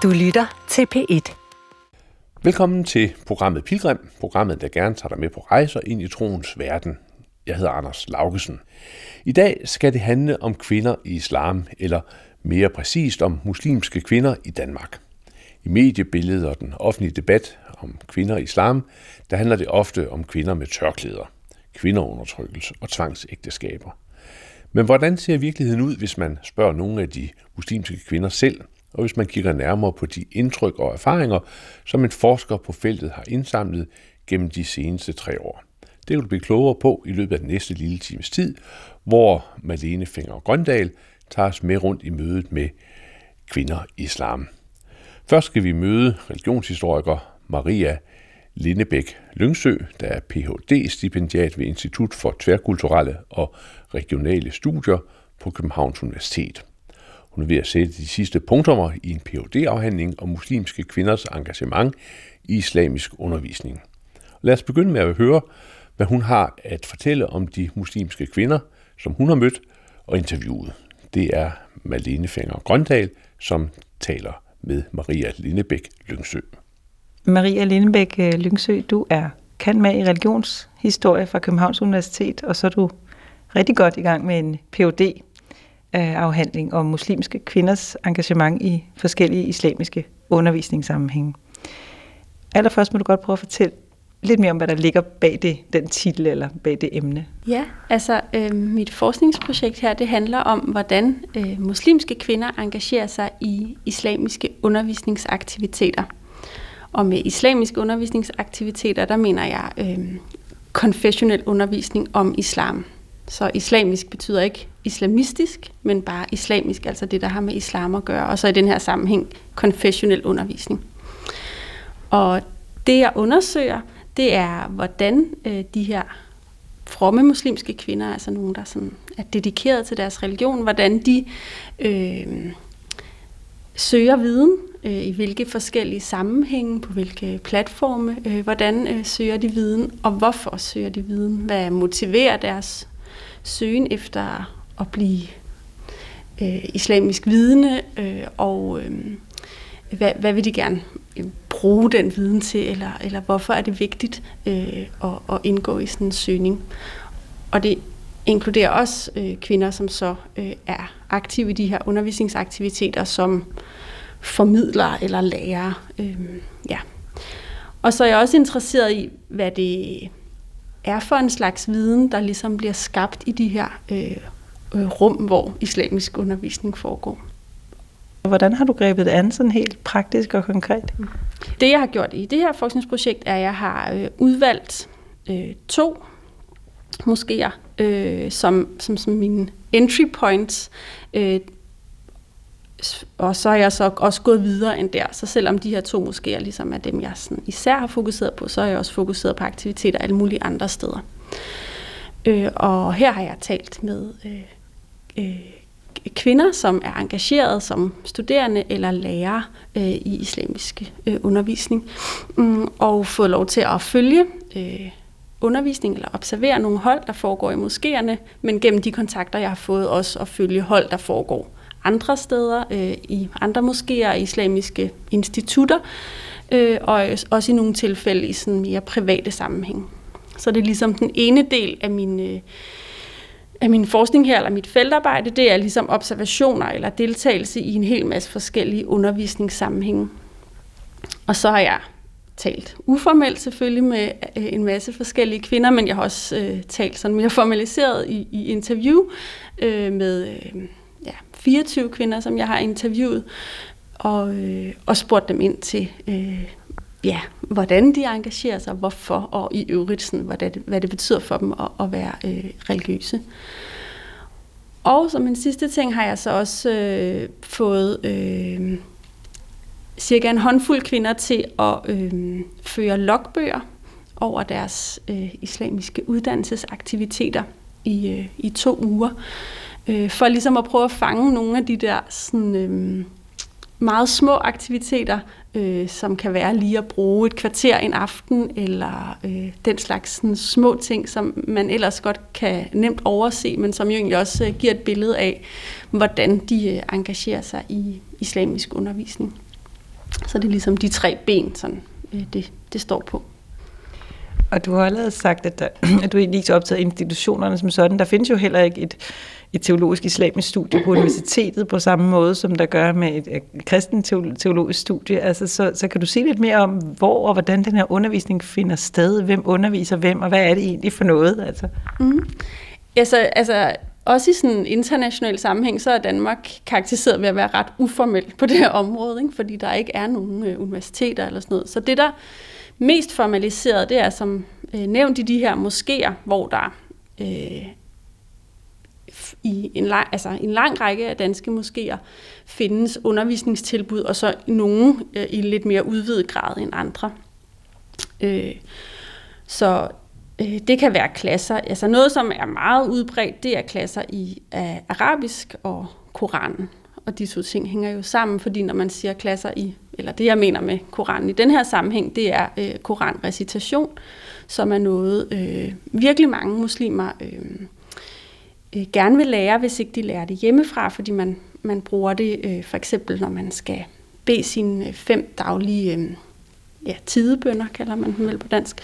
Du lytter til P1. Velkommen til programmet Pilgrim, programmet, der gerne tager dig med på rejser ind i troens verden. Jeg hedder Anders Laugesen. I dag skal det handle om kvinder i islam, eller mere præcist om muslimske kvinder i Danmark. I mediebilledet og den offentlige debat om kvinder i islam, der handler det ofte om kvinder med tørklæder, kvindeundertrykkelse og tvangsægteskaber. Men hvordan ser virkeligheden ud, hvis man spørger nogle af de muslimske kvinder selv, og hvis man kigger nærmere på de indtryk og erfaringer, som en forsker på feltet har indsamlet gennem de seneste 3 år? Det kan du blive klogere på i løbet af den næste lille times tid, hvor Malene Fenger-Grøndahl tager os med rundt i mødet med kvinder i islam. Først skal vi møde religionshistoriker Maria Lindebæk Lyngsø, der er Ph.D.-stipendiat ved Institut for Tværkulturelle og Regionale Studier på Københavns Universitet. Hun er ved at sætte de sidste punktummer i en Ph.D.-afhandling om muslimske kvinders engagement i islamisk undervisning. Lad os begynde med at høre, hvad hun har at fortælle om de muslimske kvinder, som hun har mødt og interviewet. Det er Malene Fenger-Grøndahl, som taler med Maria Lindebæk Lyngsø. Maria Lindebæk Lyngsø, du er cand.mag. i religionshistorie fra Københavns Universitet, og så er du rigtig godt i gang med en Ph.D.-afhandling om muslimske kvinders engagement i forskellige islamiske undervisningssammenhænge. Allerførst må du godt prøve at fortælle lidt mere om, hvad der ligger bag den titel eller bag det emne. Ja, altså mit forskningsprojekt her, det handler om, hvordan muslimske kvinder engagerer sig i islamiske undervisningsaktiviteter. Og med islamiske undervisningsaktiviteter, der mener jeg konfessionel undervisning om islam. Så islamisk betyder ikke islamistisk, men bare islamisk, altså det, der har med islam at gøre. Og så i den her sammenhæng konfessionel undervisning. Og det, jeg undersøger, det er, hvordan de her fromme muslimske kvinder, altså nogen, der sådan er dedikeret til deres religion, hvordan de søger viden, i hvilke forskellige sammenhænge, på hvilke platforme, hvordan søger de viden, og hvorfor søger de viden, hvad motiverer deres søgen efter at blive islamisk vidende, og hvad vil de gerne bruge den viden til, eller hvorfor er det vigtigt at indgå i sådan en søgning. Og det inkluderer også kvinder, som så er aktive i de her undervisningsaktiviteter som formidlere eller lærere. Ja. Og så er jeg også interesseret i, hvad det er for en slags viden, der ligesom bliver skabt i de her rum, hvor islamisk undervisning foregår. Hvordan har du grebet det an sådan helt praktisk og konkret? Det, jeg har gjort i det her forskningsprojekt, er, at jeg har udvalgt 2 moskéer som mine entry points. Og så er jeg så også gået videre end der. Så selvom de her 2 moskéer ligesom er dem, jeg sådan især har fokuseret på, så er jeg også fokuseret på aktiviteter alle mulige andre steder. Og her har jeg talt med kvinder, som er engageret som studerende eller lærere i islamisk undervisning, og fået lov til at følge undervisning eller observere nogle hold, der foregår i moskéerne, men gennem de kontakter, jeg har fået, også at følge hold, der foregår andre steder, i andre moskéer, islamiske institutter, og også i nogle tilfælde i sådan mere private sammenhæng. Så det er ligesom den ene del af min forskning her, eller mit feltarbejde, det er ligesom observationer eller deltagelse i en hel masse forskellige undervisningssammenhænge. Og så har jeg talt uformelt selvfølgelig med en masse forskellige kvinder, men jeg har også talt sådan mere formaliseret i interview med 24 kvinder, som jeg har interviewet, og spurgt dem ind til, hvordan de engagerer sig, hvorfor, og i øvrigt, sådan, hvad det betyder for dem at være religiøse. Og som en sidste ting har jeg så også fået cirka en håndfuld kvinder til at føre logbøger over deres islamiske uddannelsesaktiviteter i 2 uger, for ligesom at prøve at fange nogle af de der sådan, meget små aktiviteter, som kan være lige at bruge et kvarter en aften, eller den slags sådan, små ting, som man ellers godt kan nemt overse, men som jo egentlig også giver et billede af, hvordan de engagerer sig i islamisk undervisning. Så det er ligesom de 3 ben, sådan, det står på. Og du har allerede sagt, at du ikke er så optaget af institutionerne som sådan. Der findes jo heller ikke et teologisk islamisk studie på universitetet på samme måde, som der gør med et kristen teologisk studie. Altså, så kan du sige lidt mere om, hvor og hvordan den her undervisning finder sted? Hvem underviser hvem, og hvad er det egentlig for noget? Altså? Altså, også i sådan en international sammenhæng, så er Danmark karakteriseret ved at være ret uformelt på det her område, ikke? Fordi der ikke er nogen universiteter eller sådan noget. Så det, der mest formaliseret, det er som nævnt i de her moskéer, hvor der i en lang række af danske moskéer findes undervisningstilbud, og så nogle i lidt mere udvidet grad end andre. Så det kan være klasser, altså noget, som er meget udbredt, det er klasser i arabisk og Koranen. Og de 2 ting hænger jo sammen, fordi når man siger klasser i, eller det jeg mener med Koranen i den her sammenhæng, det er koranrecitation, som er noget virkelig mange muslimer gerne vil lære, hvis ikke de lærer det hjemmefra, fordi man bruger det for eksempel, når man skal bede sine 5 daglige tidebønner, kalder man dem vel på dansk.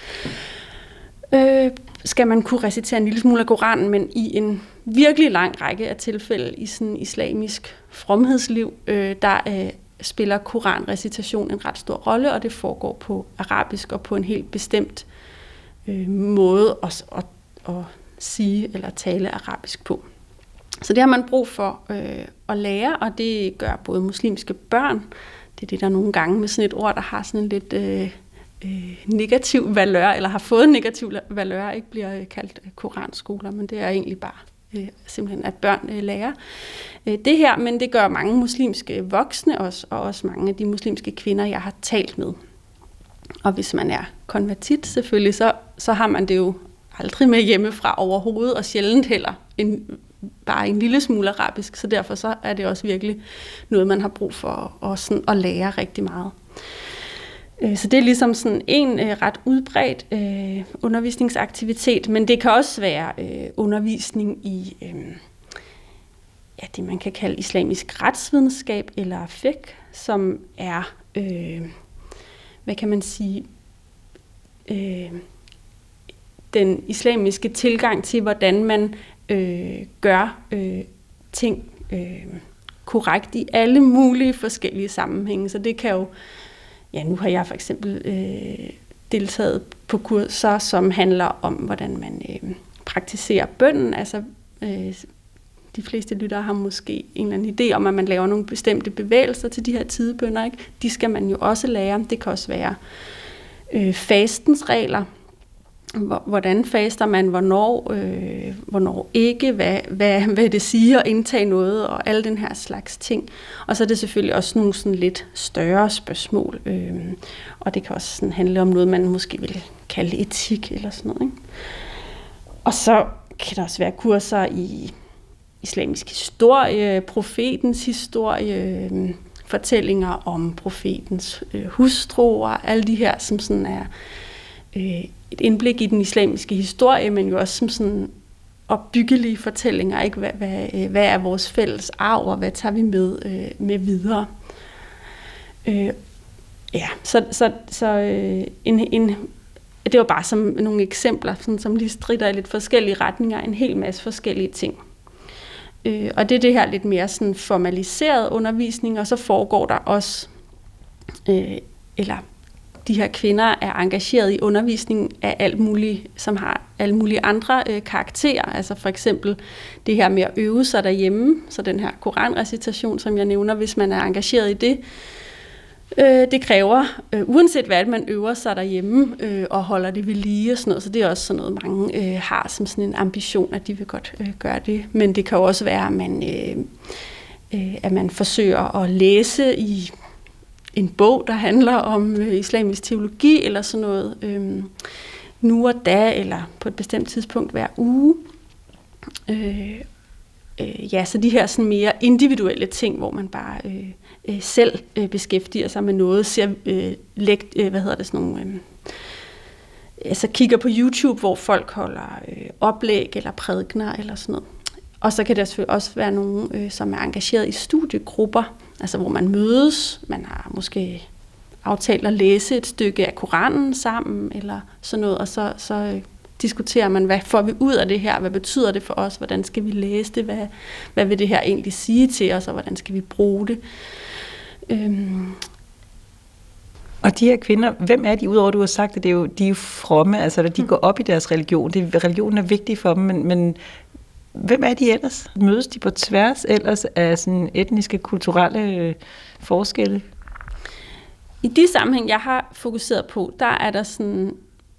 Skal man kunne recitere en lille smule af Koranen, men i en virkelig lang række af tilfælde i sådan islamisk fromhedsliv, der spiller koranrecitation en ret stor rolle, og det foregår på arabisk og på en helt bestemt måde at sige eller tale arabisk på. Så det har man brug for at lære, og det gør både muslimske børn. Det er det, der nogle gange med sådan et ord, der har sådan en lidt negativ valør, eller har fået negativ valør, ikke bliver kaldt koranskoler, men det er egentlig bare simpelthen, at børn lærer det her, men det gør mange muslimske voksne også, og også mange af de muslimske kvinder, jeg har talt med. Og hvis man er konvertit selvfølgelig, så har man det jo aldrig med hjemmefra overhovedet, og sjældent heller bare en lille smule arabisk, så derfor så er det også virkelig noget, man har brug for at lære rigtig meget. Så det er ligesom sådan en ret udbredt undervisningsaktivitet, men det kan også være undervisning i det, man kan kalde islamisk retsvidenskab eller fiqh, som er, hvad kan man sige, den islamiske tilgang til, hvordan man gør ting korrekt i alle mulige forskellige sammenhænge. Så det kan jo, nu har jeg for eksempel deltaget på kurser, som handler om, hvordan man praktiserer bønnen. Altså, de fleste lyttere har måske en eller anden idé om, at man laver nogle bestemte bevægelser til de her tidebønner, ikke? De skal man jo også lære. Det kan også være fastens regler. Hvordan faster man, hvornår ikke, hvad det siger at indtage noget, og alle den her slags ting. Og så er det selvfølgelig også nogle sådan lidt større spørgsmål, og det kan også sådan handle om noget, man måske vil kalde etik eller sådan noget, ikke? Og så kan der også være kurser i islamisk historie, profetens historie, fortællinger om profetens hustruer, alle de her, som sådan er et indblik i den islamiske historie, men jo også som sådan opbyggelige fortællinger, ikke? Hvad er vores fælles arv, og hvad tager vi med videre? Det var bare som nogle eksempler, sådan, som lige strider i lidt forskellige retninger, en hel masse forskellige ting. Og det er det her lidt mere sådan formaliseret undervisning, og så foregår der også, de her kvinder er engageret i undervisning af alt muligt, som har alle mulige andre karakterer. Altså for eksempel det her med at øve sig derhjemme, så den her koranrecitation, som jeg nævner, hvis man er engageret i det, det kræver, uanset hvad man øver sig derhjemme og holder det ved lige og sådan noget, så det er også sådan noget, mange har som sådan en ambition, at de vil godt gøre det. Men det kan jo også være, at man forsøger at læse i en bog, der handler om islamisk teologi eller sådan noget, nu og da, eller på et bestemt tidspunkt hver uge. Så de her sådan mere individuelle ting, hvor man bare selv beskæftiger sig med noget, ser altså kigger på YouTube, hvor folk holder oplæg eller prædikener eller sådan noget. Og så kan der selvfølgelig også være nogen, som er engageret i studiegrupper, altså hvor man mødes, man har måske aftalt at læse et stykke af Koranen sammen, eller sådan noget, og så diskuterer man, hvad får vi ud af det her, hvad betyder det for os, hvordan skal vi læse det, hvad vil det her egentlig sige til os, og hvordan skal vi bruge det. Og de her kvinder, hvem er de, udover du har sagt, at de er jo fromme, altså de går op i deres religion, religionen er vigtig for dem, men hvem er de ellers? Mødes de på tværs ellers af sådan etniske, kulturelle forskelle? I de sammenhæng, jeg har fokuseret på, der er der sådan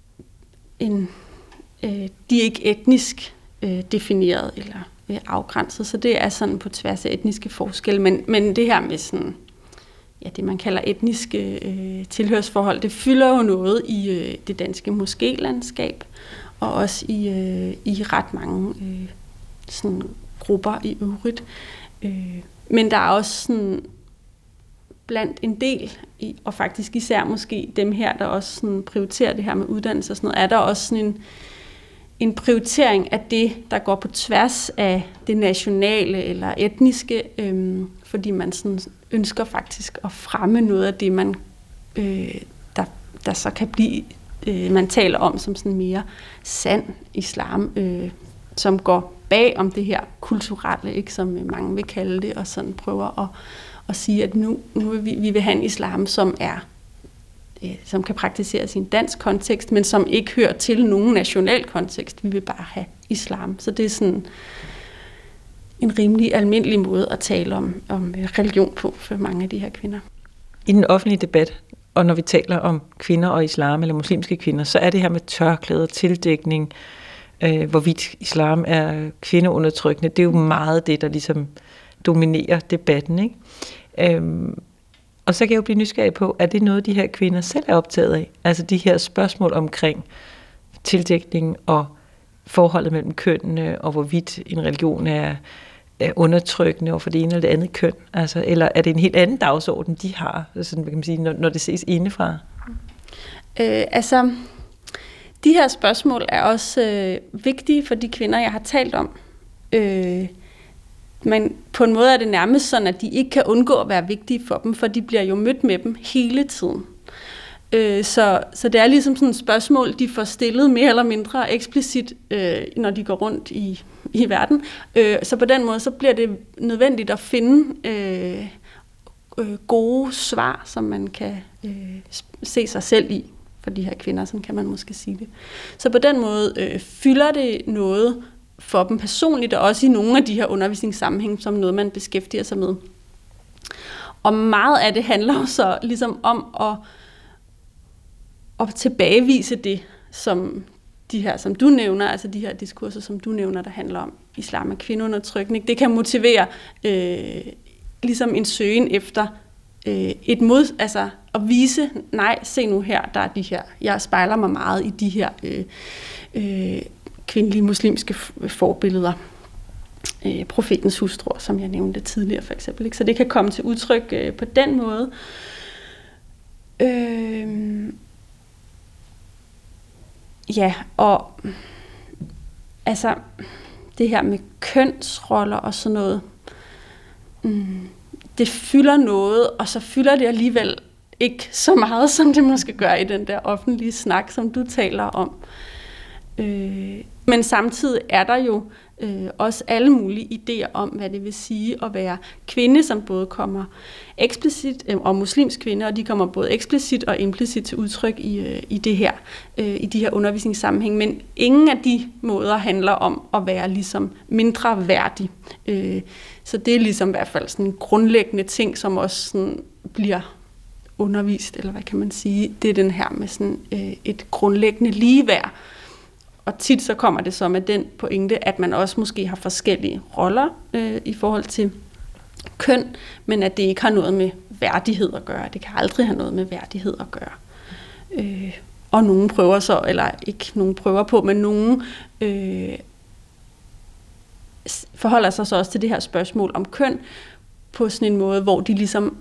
de er ikke etnisk defineret eller afgrænset, så det er sådan på tværs af etniske forskelle, men det her med sådan, det man kalder etniske tilhørsforhold, det fylder jo noget i det danske moskélandskab, og også i ret mange sådan grupper i øvrigt. Men der er også sådan blandt en del, og faktisk især måske dem her, der også sådan prioriterer det her med uddannelse og sådan noget, er der også sådan en prioritering af det, der går på tværs af det nationale eller etniske, fordi man sådan ønsker faktisk at fremme noget af det, man der så kan blive, man taler om som sådan mere sand islam, som går bag om det her kulturelle, ikke, som mange vil kalde det, og sådan prøver at sige, at nu vi vil have en islam, som kan praktiseres i en dansk kontekst, men som ikke hører til nogen national kontekst. Vi vil bare have islam. Så det er sådan en rimelig almindelig måde at tale om religion på for mange af de her kvinder. I den offentlige debat, og når vi taler om kvinder og islam, eller muslimske kvinder, så er det her med tørklæder, tildækning, hvorvidt islam er kvindeundertrykkende, det er jo meget det, der ligesom dominerer debatten, ikke? Og så kan jeg jo blive nysgerrig på, er det noget, de her kvinder selv er optaget af? Altså de her spørgsmål omkring tildækning og forholdet mellem kønnene, og hvorvidt en religion er undertrykkende over for det ene eller det andet køn. Altså, eller er det en helt anden dagsorden, de har, sådan, kan man sige, når det ses indefra? De her spørgsmål er også vigtige for de kvinder, jeg har talt om. Men på en måde er det nærmest sådan, at de ikke kan undgå at være vigtige for dem, for de bliver jo mødt med dem hele tiden. Så det er ligesom sådan et spørgsmål, de får stillet mere eller mindre eksplicit, når de går rundt i verden. Så på den måde så bliver det nødvendigt at finde gode svar, som man kan se sig selv i. For de her kvinder, sådan kan man måske sige det. Så på den måde fylder det noget for dem personligt, og også i nogle af de her undervisningssammenhæng, som noget, man beskæftiger sig med. Og meget af det handler jo så ligesom om at tilbagevise det, som de her, som du nævner, altså de her diskurser, som du nævner, der handler om islam og kvindeundertrykkelse. Det kan motivere ligesom en søgen efter altså at vise, nej, se nu her, der er de her, jeg spejler mig meget i de her kvindelige muslimske forbilleder. Profetens hustruer, som jeg nævnte tidligere for eksempel. Ikke? Så det kan komme til udtryk på den måde. Og altså det her med kønsroller og sådan noget, det fylder noget, og så fylder det alligevel ikke så meget, som det måske gør i den der offentlige snak, som du taler om. Men samtidig er der jo også alle mulige idéer om, hvad det vil sige at være kvinde, som både kommer eksplicit, og muslimsk kvinde, og de kommer både eksplicit og implicit til udtryk i det her, i de her undervisningssammenhæng. Men ingen af de måder handler om at være ligesom mindre værdig. Så det er ligesom i hvert fald sådan en grundlæggende ting, som også sådan bliver undervist, eller hvad kan man sige. Det er den her med sådan et grundlæggende ligeværd. Og tit så kommer det så med den pointe, at man også måske har forskellige roller i forhold til køn, men at det ikke har noget med værdighed at gøre. Det kan aldrig have noget med værdighed at gøre. Og nogen prøver så, eller ikke nogen prøver på, men nogen forholder sig så også til det her spørgsmål om køn på sådan en måde, hvor de ligesom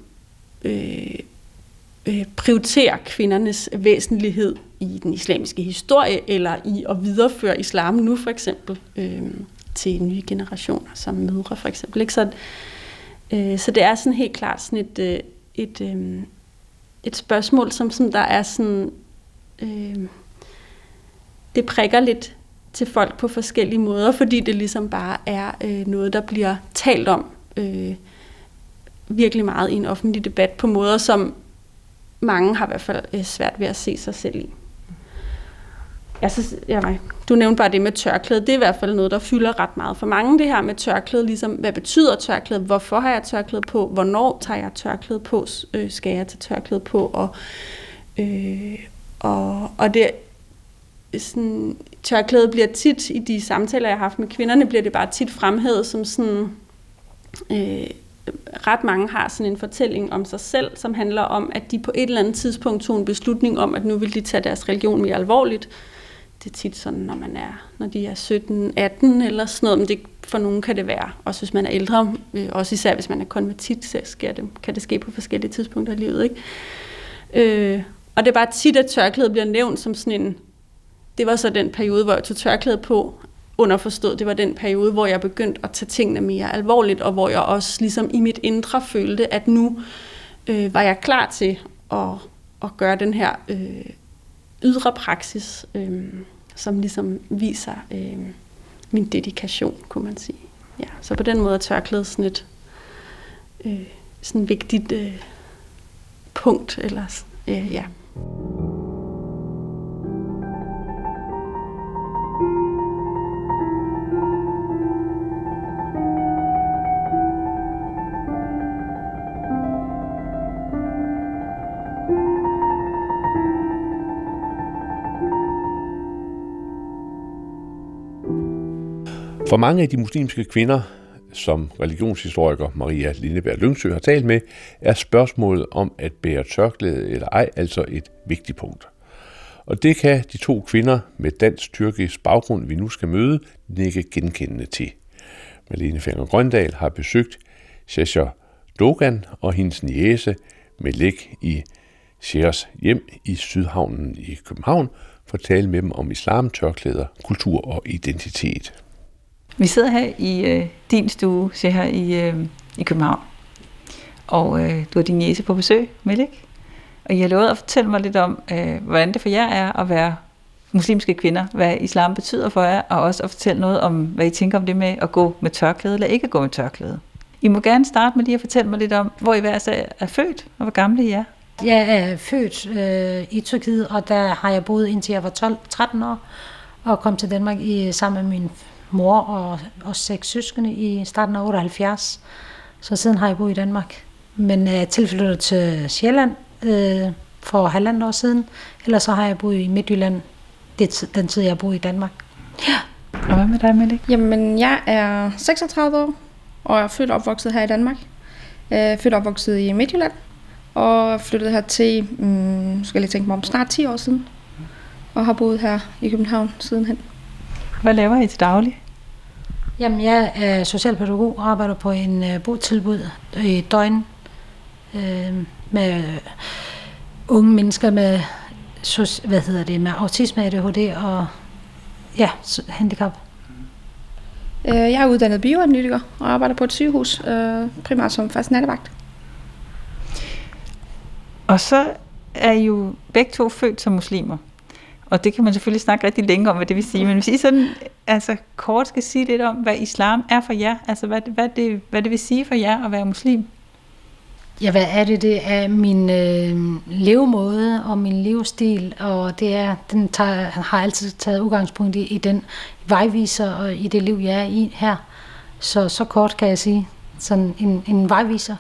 prioriterer kvindernes væsentlighed i den islamiske historie, eller i at videreføre islam nu for eksempel til nye generationer, som mødre for eksempel. Ikke? Så det er sådan helt klart sådan et spørgsmål, som der er sådan, det prikker lidt til folk på forskellige måder, fordi det ligesom bare er noget, der bliver talt om virkelig meget i en offentlig debat på måder, som mange har i hvert fald svært ved at se sig selv i. Du nævnte bare det med tørklæde. Det er i hvert fald noget, der fylder ret meget for mange, det her med tørklæde. Ligesom, hvad betyder tørklæde? Hvorfor har jeg tørklæde på? Hvornår tager jeg tørklæde på? Skal jeg tage tørklæde på? Og det sådan, tørklæde bliver tit, i de samtaler, jeg har haft med kvinderne, bliver det bare tit fremhævet som sådan... ret mange har sådan en fortælling om sig selv, som handler om, at de på et eller andet tidspunkt tog en beslutning om, at nu vil de tage deres religion mere alvorligt. Det er tit sådan, når de er 17, 18 eller sådan noget, men det, for nogen kan det være, også hvis man er ældre, også især hvis man er konvertit, så kan det ske på forskellige tidspunkter i livet, ikke? Og det er bare tit, at tørklæde bliver nævnt som sådan en, det var så den periode, hvor jeg tog tørklæde på, underforstået, det var den periode, hvor jeg begyndte at tage tingene mere alvorligt, og hvor jeg også ligesom i mit indre følte, at nu var jeg klar til at gøre den her ydre praksis, som ligesom viser min dedikation, kunne man sige. Ja, så på den måde er tørklædet sådan et sådan vigtigt punkt, eller ja. For mange af de muslimske kvinder, som religionshistoriker Maria Lindeberg Lyngsø har talt med, er spørgsmålet om at bære tørklæde eller ej altså et vigtigt punkt. Og det kan de to kvinder med dansk-tyrkisk baggrund, vi nu skal møde, nikke genkendende til. Malene Fenger Grøndal har besøgt Sheher Dogan og hendes niece Melek i Shehers hjem i Sydhavnen i København for at tale med dem om islam, tørklæder, kultur og identitet. Vi sidder her i din stue, Sheher, i København. Og du har din niece på besøg, Melek. Og I har lovet at fortælle mig lidt om, hvordan det for jer er at være muslimske kvinder, hvad islam betyder for jer, og også at fortælle noget om, hvad I tænker om det med at gå med tørklæde eller ikke gå med tørklæde. I må gerne starte med lige at fortælle mig lidt om, hvor I hver er født, og hvor gamle I er. Jeg er født i Tyrkiet, og der har jeg boet indtil jeg var 13 år, og kom til Danmark sammen med min mor og 6 søskende i starten af 78. Så siden har jeg boet i Danmark. Men jeg er tilflyttet til Sjælland for 1,5 år siden. Ellers så har jeg boet i Midtjylland den tid, jeg har boet i Danmark. Ja. Og hvad med dig, Melek? Jamen, jeg er 36 år, og jeg er født og opvokset her i Danmark. Født og opvokset i Midtjylland, og flyttede her til, skal jeg tænke mig om, snart 10 år siden. Og har boet her i København sidenhen. Hvad laver I til daglig? Jamen, jeg er socialpædagog og arbejder på en botilbud i døgn med unge mennesker med med autisme, ADHD og handicap. Jeg er uddannet bioanalytiker og arbejder på et sygehus, primært som fast nattevagt. Og så er I jo begge to født som muslimer. Og det kan man selvfølgelig snakke rigtig længe om, hvad det vil sige. Men hvis I sådan kort skal sige lidt om, hvad islam er for jer, altså hvad det vil sige for jer at være muslim. Ja, hvad er det? Det er min levemåde og min livsstil, og det er, har altid taget udgangspunkt i den vejviser og i det liv, jeg er i her. Så kort kan jeg sige, sådan en vejviser.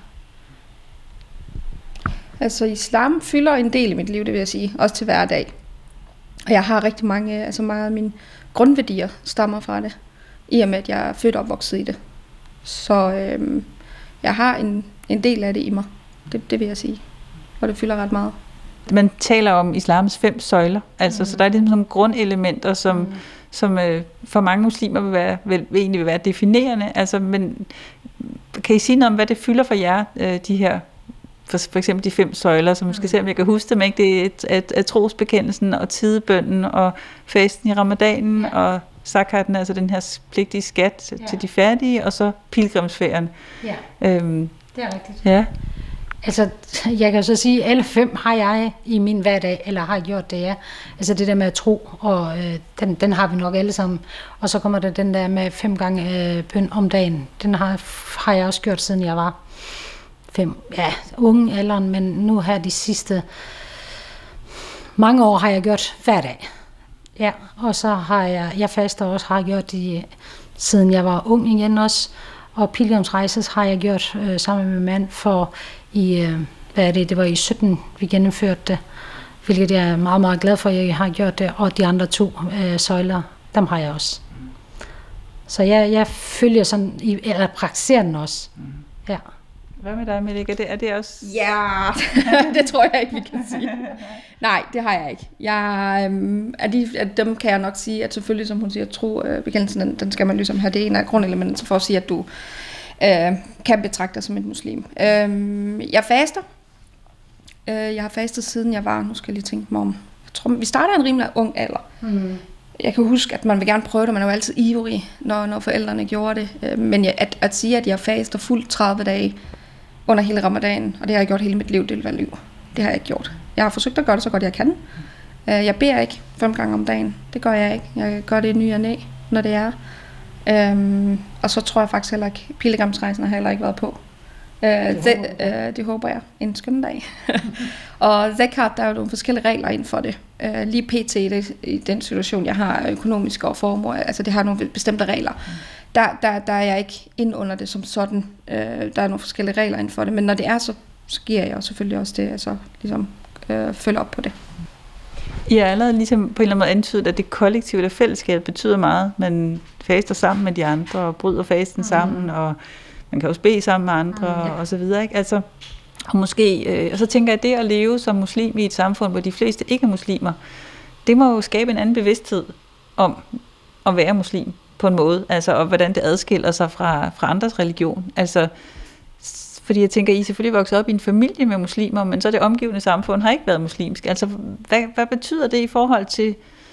Altså islam fylder en del i mit liv, det vil jeg sige, også til hverdag. Og jeg har rigtig mange, meget af mine grundværdier stammer fra det, i og med at jeg er født og opvokset i det. Så jeg har en del af det i mig, det vil jeg sige, og det fylder ret meget. Man taler om islams 5 søjler, altså så der er ligesom nogle grundelementer, som for mange muslimer vil være definerende. Altså, men kan I sige noget om, hvad det fylder for jer, de her, for eksempel de 5 søjler, som skal se, om jeg kan huske dem, ikke? Det er trosbekendelsen og tidebønnen og fasten i ramadanen og zakaten, altså den her pligtige skat til de fattige, og så pilgrimsfærden. Ja, det er rigtigt. Ja. Altså, jeg kan så sige, at alle 5 har jeg i min hverdag, eller har gjort det, ja. Altså det der med at tro, og den har vi nok alle sammen. Og så kommer der den der med 5 gange bøn om dagen. Den har jeg også gjort, siden jeg var 5, unge alderen, men nu her de sidste mange år har jeg gjort hver dag. Ja, og så har jeg faster også, har gjort det, siden jeg var ung igen også. Og pilgrimsrejses har jeg gjort sammen med min mand for det var i 17, vi gennemførte det, hvilket jeg er meget, meget glad for, at jeg har gjort det, og de andre 2 søjler, dem har jeg også. Så jeg følger sådan, eller praktiserer den også. Ja. Hvad med dig, Melika? Er det også? Ja, det tror jeg ikke, vi kan sige. Nej, det har jeg ikke. Af dem kan jeg nok sige, at selvfølgelig, som hun siger, bekendelsen, den skal man ligesom have det ene af grundelementer for at sige, at du kan betragte dig som en muslim. Jeg faster. Jeg har fastet siden jeg var, nu skal jeg lige tænke mig om, jeg tror, vi starter en rimelig ung alder. Jeg kan huske, at man vil gerne prøve det, man er jo altid ivrig, når forældrene gjorde det. Men at sige, at jeg faster fuldt 30 dage under hele ramadanen, og det har jeg gjort hele mit liv, det vil være liv. Det har jeg ikke gjort. Jeg har forsøgt at gøre det så godt jeg kan. Jeg beder ikke 5 gange om dagen. Det gør jeg ikke. Jeg gør det i ny og næ, når det er. Og så tror jeg faktisk heller ikke, pilgrimsrejsen har heller ikke været på. Det håber jeg. En skøn dag. Og zakat, der er jo nogle forskellige regler inden for det. Lige pt. I den situation, jeg har økonomisk og formue, altså det har nogle bestemte regler. Der er jeg ikke inde under det som sådan. Der er nogle forskellige regler inden for det, men når det er, så giver jeg selvfølgelig også det, altså ligesom følge op på det. I har allerede ligesom på en eller anden måde antydet, at det kollektive eller fællesskab betyder meget. Man faster sammen med de andre og bryder fasten sammen, og man kan også bede sammen med andre og så videre, ikke? Altså, og måske, og så tænker jeg, at det at leve som muslim i et samfund, hvor de fleste ikke er muslimer, det må jo skabe en anden bevidsthed om at være muslim på en måde, altså og hvordan det adskiller sig fra andres religion. Altså, fordi jeg tænker, I er selvfølgelig vokset op i en familie med muslimer, men så det omgivende samfund har ikke været muslimsk. Altså, hvad betyder det i forhold til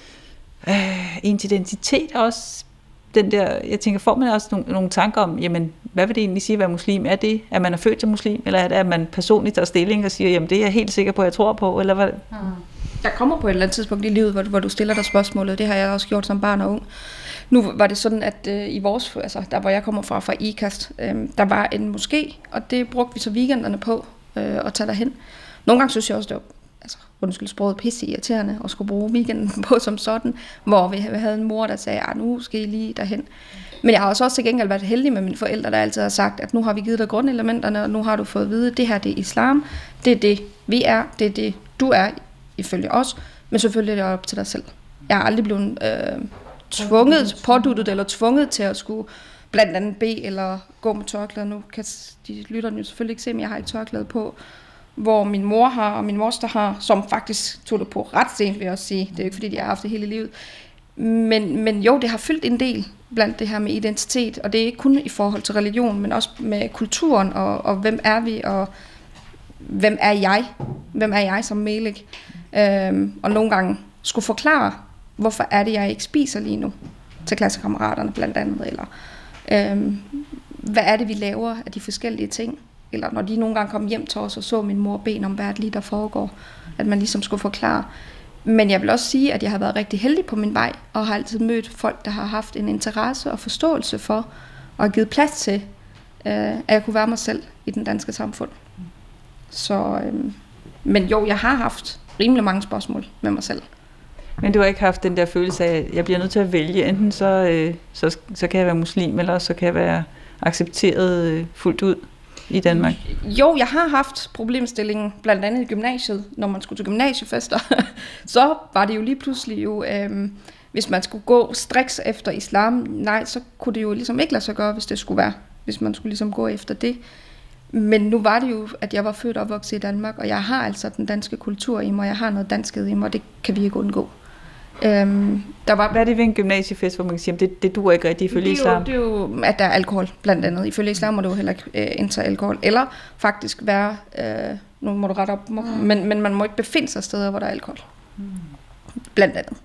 ens identitet også? Den der, jeg tænker, får man også nogle tanker om, jamen, hvad vil det egentlig sige at være muslim? Er det, at man er født som muslim, eller er det, at man personligt tager stilling og siger, jamen, det er jeg helt sikker på, jeg tror på, eller hvad? Jeg kommer på et eller andet tidspunkt i livet, hvor du stiller dig spørgsmålet. Det har jeg også gjort som barn og ung. Nu var det sådan, at i vores, altså der hvor jeg kommer fra IKAST, der var en moské, og det brugte vi så weekenderne på at tage derhen. Nogle gange synes jeg også, det var, altså undskyld sproget, pisse irriterende at skulle bruge weekenden på som sådan, hvor vi havde en mor, der sagde, nu skal I lige derhen. Men jeg har også til gengæld været heldig med mine forældre, der altid har sagt, at nu har vi givet dig grundelementerne, og nu har du fået at vide, at det her det er islam, det er det vi er, det er det du er, ifølge os, men selvfølgelig er det op til dig selv. Jeg har aldrig blevet tvunget, påduttet eller tvunget til at skulle blandt andet bede eller gå med tørklæder. Nu kan de lytterne jo selvfølgelig ikke se, men jeg har ikke tørklæde på, hvor min mor har og min moster har, som faktisk tog det på ret sent, vil jeg også sige. Det er jo ikke fordi, de har haft det hele livet. Men jo, det har fyldt en del blandt det her med identitet, og det er ikke kun i forhold til religion, men også med kulturen, og hvem er vi, og hvem er jeg? Hvem er jeg som Melik? Og nogle gange skulle forklare, hvorfor er det, jeg ikke spiser lige nu til klassekammeraterne blandt andet, eller hvad er det, vi laver af de forskellige ting, eller når de nogle gange kom hjem til os og så min mor bede om, hvad det lige der foregår, at man ligesom skulle forklare. Men jeg vil også sige, at jeg har været rigtig heldig på min vej, og har altid mødt folk, der har haft en interesse og forståelse for, og har givet plads til, at jeg kunne være mig selv i den danske samfund. Så, men jo, jeg har haft rimelig mange spørgsmål med mig selv. Men du har ikke haft den der følelse af, at jeg bliver nødt til at vælge, enten så kan jeg være muslim, eller så kan jeg være accepteret fuldt ud i Danmark? Jo, jeg har haft problemstillingen, blandt andet i gymnasiet, når man skulle til gymnasiefester. Så var det jo lige pludselig jo, hvis man skulle gå striks efter islam, nej, så kunne det jo ligesom ikke lade sig gøre, hvis det skulle være, hvis man skulle ligesom gå efter det. Men nu var det jo, at jeg var født og opvokset i Danmark, og jeg har altså den danske kultur i mig, jeg har noget dansket i mig, og det kan vi ikke undgå. Hvad er det ved en gymnasiefest, hvor man kan sige, at det duer ikke rigtig ifølge islam? Det er jo, at der er alkohol, blandt andet. Ifølge islam må det jo heller ikke indtage alkohol, eller faktisk være, nu må du rette op, men man må ikke befinde sig steder, hvor der er alkohol. Blandt andet.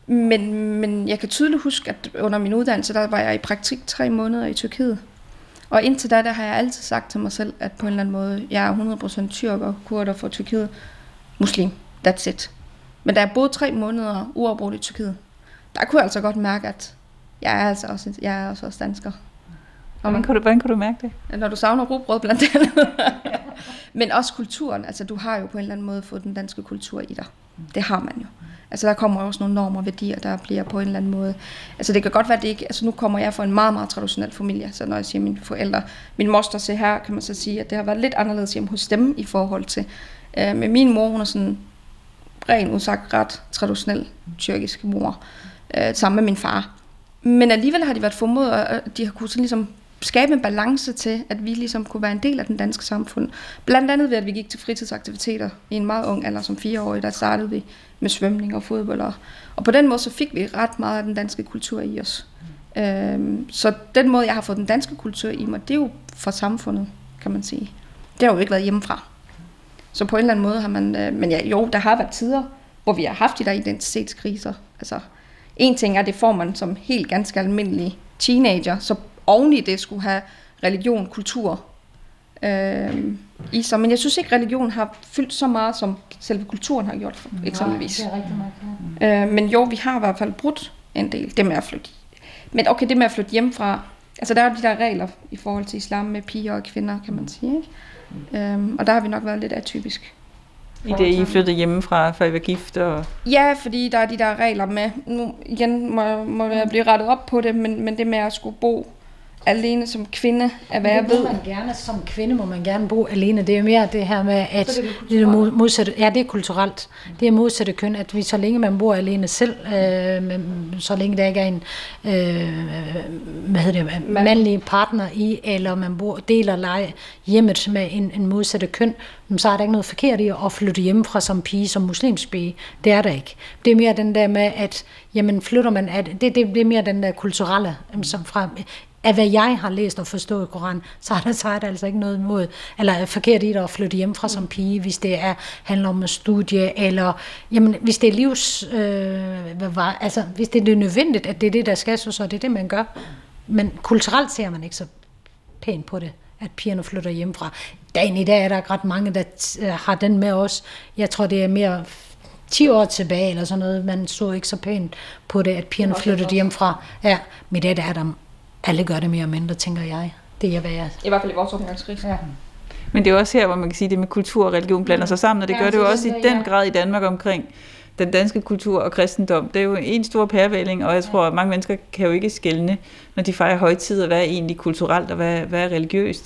Men jeg kan tydeligt huske, at under min uddannelse, der var jeg i praktik 3 måneder i Tyrkiet. Og indtil da, der har jeg altid sagt til mig selv, at på en eller anden måde, jeg er 100% tyrker, kurder fra Tyrkiet, muslim, that's it. Men da jeg boede 3 måneder uafbrudt i Tyrkiet, der kunne jeg altså godt mærke, at jeg er også dansker. Hvordan kunne du mærke det? Når du savner rugbrød blandt andet. Men også kulturen. Altså, du har jo på en eller anden måde fået den danske kultur i dig. Det har man jo. Altså, der kommer også nogle normer og værdier, der bliver på en eller anden måde. Altså, det kan godt være, det ikke... Altså, nu kommer jeg fra en meget, meget traditionel familie. Så når jeg siger mine forældre... Min moster ser her, kan man så sige, at det har været lidt anderledes hjemme hos dem i forhold til... med min mor, hun er sådan ren udsagt ret traditionel tyrkisk mor. Sammen med min far. Men alligevel har de været formået, at de har kunnet sådan ligesom skabe en balance til, at vi ligesom kunne være en del af den danske samfund. Blandt andet ved, at vi gik til fritidsaktiviteter i en meget ung alder, som 4-årige, der startede vi med svømning og fodbold. Og på den måde så fik vi ret meget af den danske kultur i os. Så den måde, jeg har fået den danske kultur i mig, det er jo fra samfundet, kan man sige. Det har jo ikke været hjemmefra. Så på en eller anden måde har man... Men ja, jo, der har været tider, hvor vi har haft de der identitetskriser. Altså, en ting er, det får man som helt ganske almindelig teenager, så oven i det skulle have religion, kultur i sig. Men jeg synes ikke, religion har fyldt så meget, som selve kulturen har gjort, eksempelvis. Ja, det er rigtig meget. Men jo, vi har i hvert fald brudt en del, det med at flytte. Men okay, det med at flytte hjemmefra, altså der er de der regler i forhold til islam med piger og kvinder, kan man sige, ikke? Og der har vi nok været lidt atypisk. I det, I flyttede hjemmefra, før I var gift? Og... Ja, fordi der er de der regler med, nu igen må jeg blive rettet op på det, men det med at skulle bo alene som kvinde, af hvad jeg ved. Man gerne, som kvinde må man gerne bo alene. Det er jo mere det her med, at det er modsatte, ja, det er kulturelt. Det er modsatte køn, at vi så længe man bor alene selv, så længe der ikke er en mandlig partner i, eller man deler hjemmet med en modsatte køn, så er der ikke noget forkert i at flytte hjemmefra som pige, som muslimsk pige. Det er der ikke. Det er mere den der med, at jamen, flytter man, det er mere den der kulturelle, som fra af hvad jeg har læst og forstået i Koran, så er der altså ikke noget imod, eller forkert i det at flytte hjemmefra som pige, hvis det handler om et studie, eller jamen, hvis det er hvis det er nødvendigt, at det er det, der skal, så er det det, man gør. Men kulturelt ser man ikke så pænt på det, at pigerne flytter hjemmefra. Dagen i dag er der ret mange, der har den med os. Jeg tror, det er mere 10 år tilbage, eller sådan noget. Man så ikke så pænt på det, at pigerne flyttede hjemmefra. Ja, men det er der alle gør det mere og mindre, tænker jeg. Det er hvad jeg... I hvert fald i vores omgangskreds. Ja. Men det er også her, hvor man kan sige, at det med kultur og religion blander sig sammen, og det gør det jo også i den grad i Danmark omkring den danske kultur og kristendom. Det er jo en stor pærevælling, og jeg tror, at mange mennesker kan jo ikke skelne, når de fejrer højtider, hvad er egentlig kulturelt og hvad er religiøst.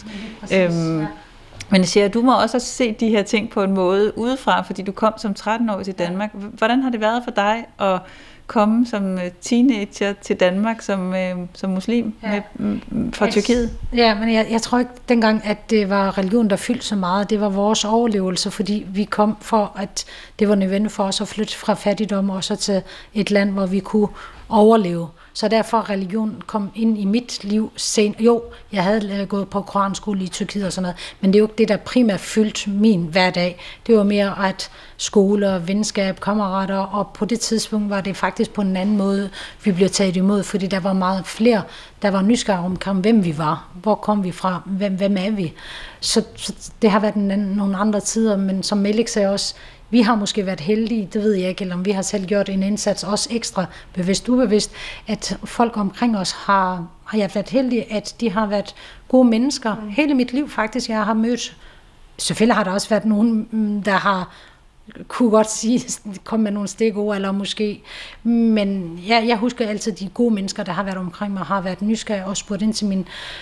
Men jeg siger, du må også have set de her ting på en måde udefra, fordi du kom som 13-årig til Danmark. Hvordan har det været for dig at komme som teenager til Danmark som muslim fra Tyrkiet? Ja, men jeg tror ikke dengang, at det var religion, der fyldte så meget. Det var vores overlevelse, fordi vi kom for, at det var nødvendigt for os at flytte fra fattigdom og så til et land, hvor vi kunne overleve. Så derfor religion kom ind i mit liv sent. Jo, jeg havde gået på koranskole i Tyrkiet og sådan noget, men det er jo ikke det, der primært fyldte min hverdag. Det var mere at skole, venskab, kammerater, og på det tidspunkt var det faktisk på en anden måde, vi blev taget imod, fordi der var meget flere, der var nysgerrige omkring, hvem vi var, hvor kom vi fra, hvem er vi. Så det har været nogle andre tider, men som Melik sagde også, vi har måske været heldige, det ved jeg ikke, eller om vi har selv gjort en indsats, også ekstra bevidst, ubevidst, at folk omkring os har jeg været heldige, at de har været gode mennesker. Hele mit liv faktisk, jeg har mødt, selvfølgelig har der også været nogen, der har kunne godt sige, kom med nogle stikord, eller måske, men jeg husker altid de gode mennesker, der har været omkring mig, har været nysgerrige og spurgt ind til min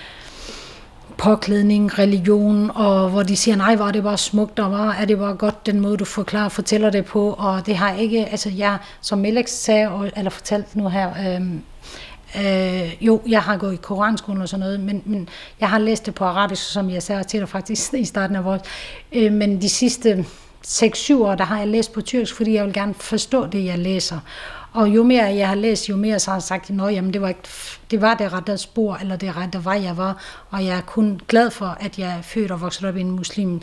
påklædning, religion, og hvor de siger, nej, hvor er det bare smukt, og hvor er det bare godt, den måde, du fortæller det på, og det har ikke, altså jeg, som Melik sagde, eller fortalt nu her, jo, jeg har gået i koranskolen og sådan noget, men jeg har læst det på arabisk, som jeg sagde til dig faktisk i starten af vores, men de sidste 6-7 år, der har jeg læst på tyrkisk, fordi jeg vil gerne forstå det, jeg læser. Og jo mere jeg har læst, jo mere så har jeg sagt, jamen det var det rette spor, eller det rette vej, jeg var. Og jeg er kun glad for, at jeg er født og vokset op i en muslim.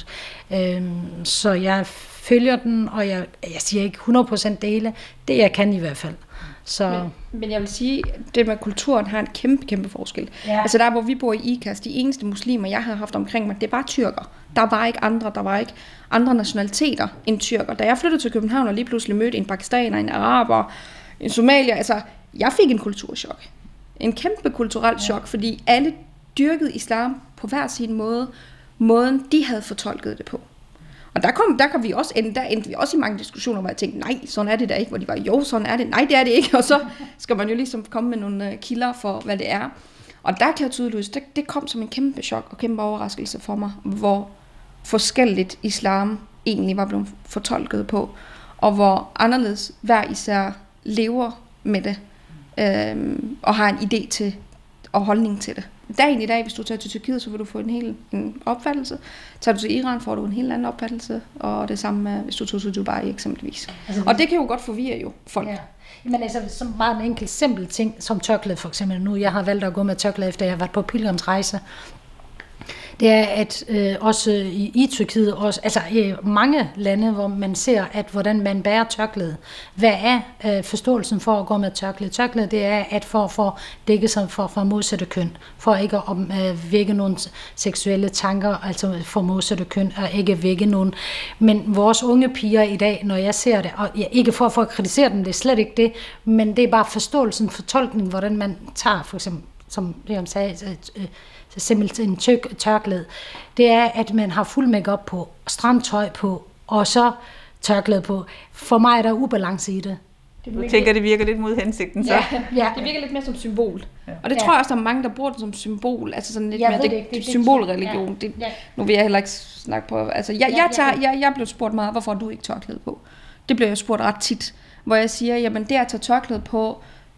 Så jeg følger den, og jeg siger ikke 100% dele, det jeg kan i hvert fald. Så Men jeg vil sige, det med kulturen har en kæmpe forskel. Ja. Altså der, hvor vi bor i Ikast, de eneste muslimer, jeg har haft omkring mig, det var tyrker. Der var ikke andre, der var ikke andre nationaliteter end tyrker. Da jeg flyttede til København og lige pludselig mødte en pakistaner, en araber, en somalier, altså jeg fik en kulturschok. En kæmpe kulturel chok, fordi alle dyrkede islam på hver sin måde, måden de havde fortolket det på. Og der kom vi også endte vi også i mange diskussioner, hvor jeg tænkte, nej, sådan er det da ikke, hvor de var, jo, sådan er det, nej, det er det ikke, og så skal man jo ligesom komme med nogle kilder for, hvad det er. Og der kan jeg tydeligt, det kom som en kæmpe chok og kæmpe overraskelse for mig, hvor forskelligt islam egentlig var blevet fortolket på, og hvor anderledes hver især lever med det, og har en idé til og holdning til det. Dagen i dag, hvis du tager til Tyrkiet, så vil du få en opfattelse. Tager du til Iran, får du en helt anden opfattelse, og det samme med, hvis du tager til Dubai eksempelvis. Altså, og det kan jo godt forvirre jo folk. Ja. Men altså, som bare en enkelt simpel ting, som tørklæde for eksempel nu. Jeg har valgt at gå med tørklæde, efter jeg har været på pilgrimsrejse. Det er, at også i Tyrkiet, også, altså mange lande, hvor man ser, at hvordan man bærer tørklæde. Hvad er forståelsen for at gå med tørklæde? Tørklæde, det er at for dække sig for modsatte køn, for ikke at vække nogle seksuelle tanker, altså for modsatte køn, og ikke vække nogen. Men vores unge piger i dag, når jeg ser det, og ikke for at kritisere dem, det er slet ikke det, men det er bare forståelsen, fortolkningen, hvordan man tager, for eksempel, som jeg sagde, simpelthen en tørklæde, det er, at man har fuld makeup på, stramt tøj på, og så tørklæde på. For mig er der ubalance i det. Du tænker, det virker lidt mod hensigten, så? Ja, det virker lidt mere som symbol. Ja. Og det tror jeg også, der er mange, der bruger det som symbol. Altså sådan lidt mere det symbolreligion. Ja. Nu vil jeg heller ikke snakke på. Altså, jeg blev spurgt meget, hvorfor du ikke tørklæde på. Det blev jeg spurgt ret tit, hvor jeg siger, jamen det at tage tørklæde på,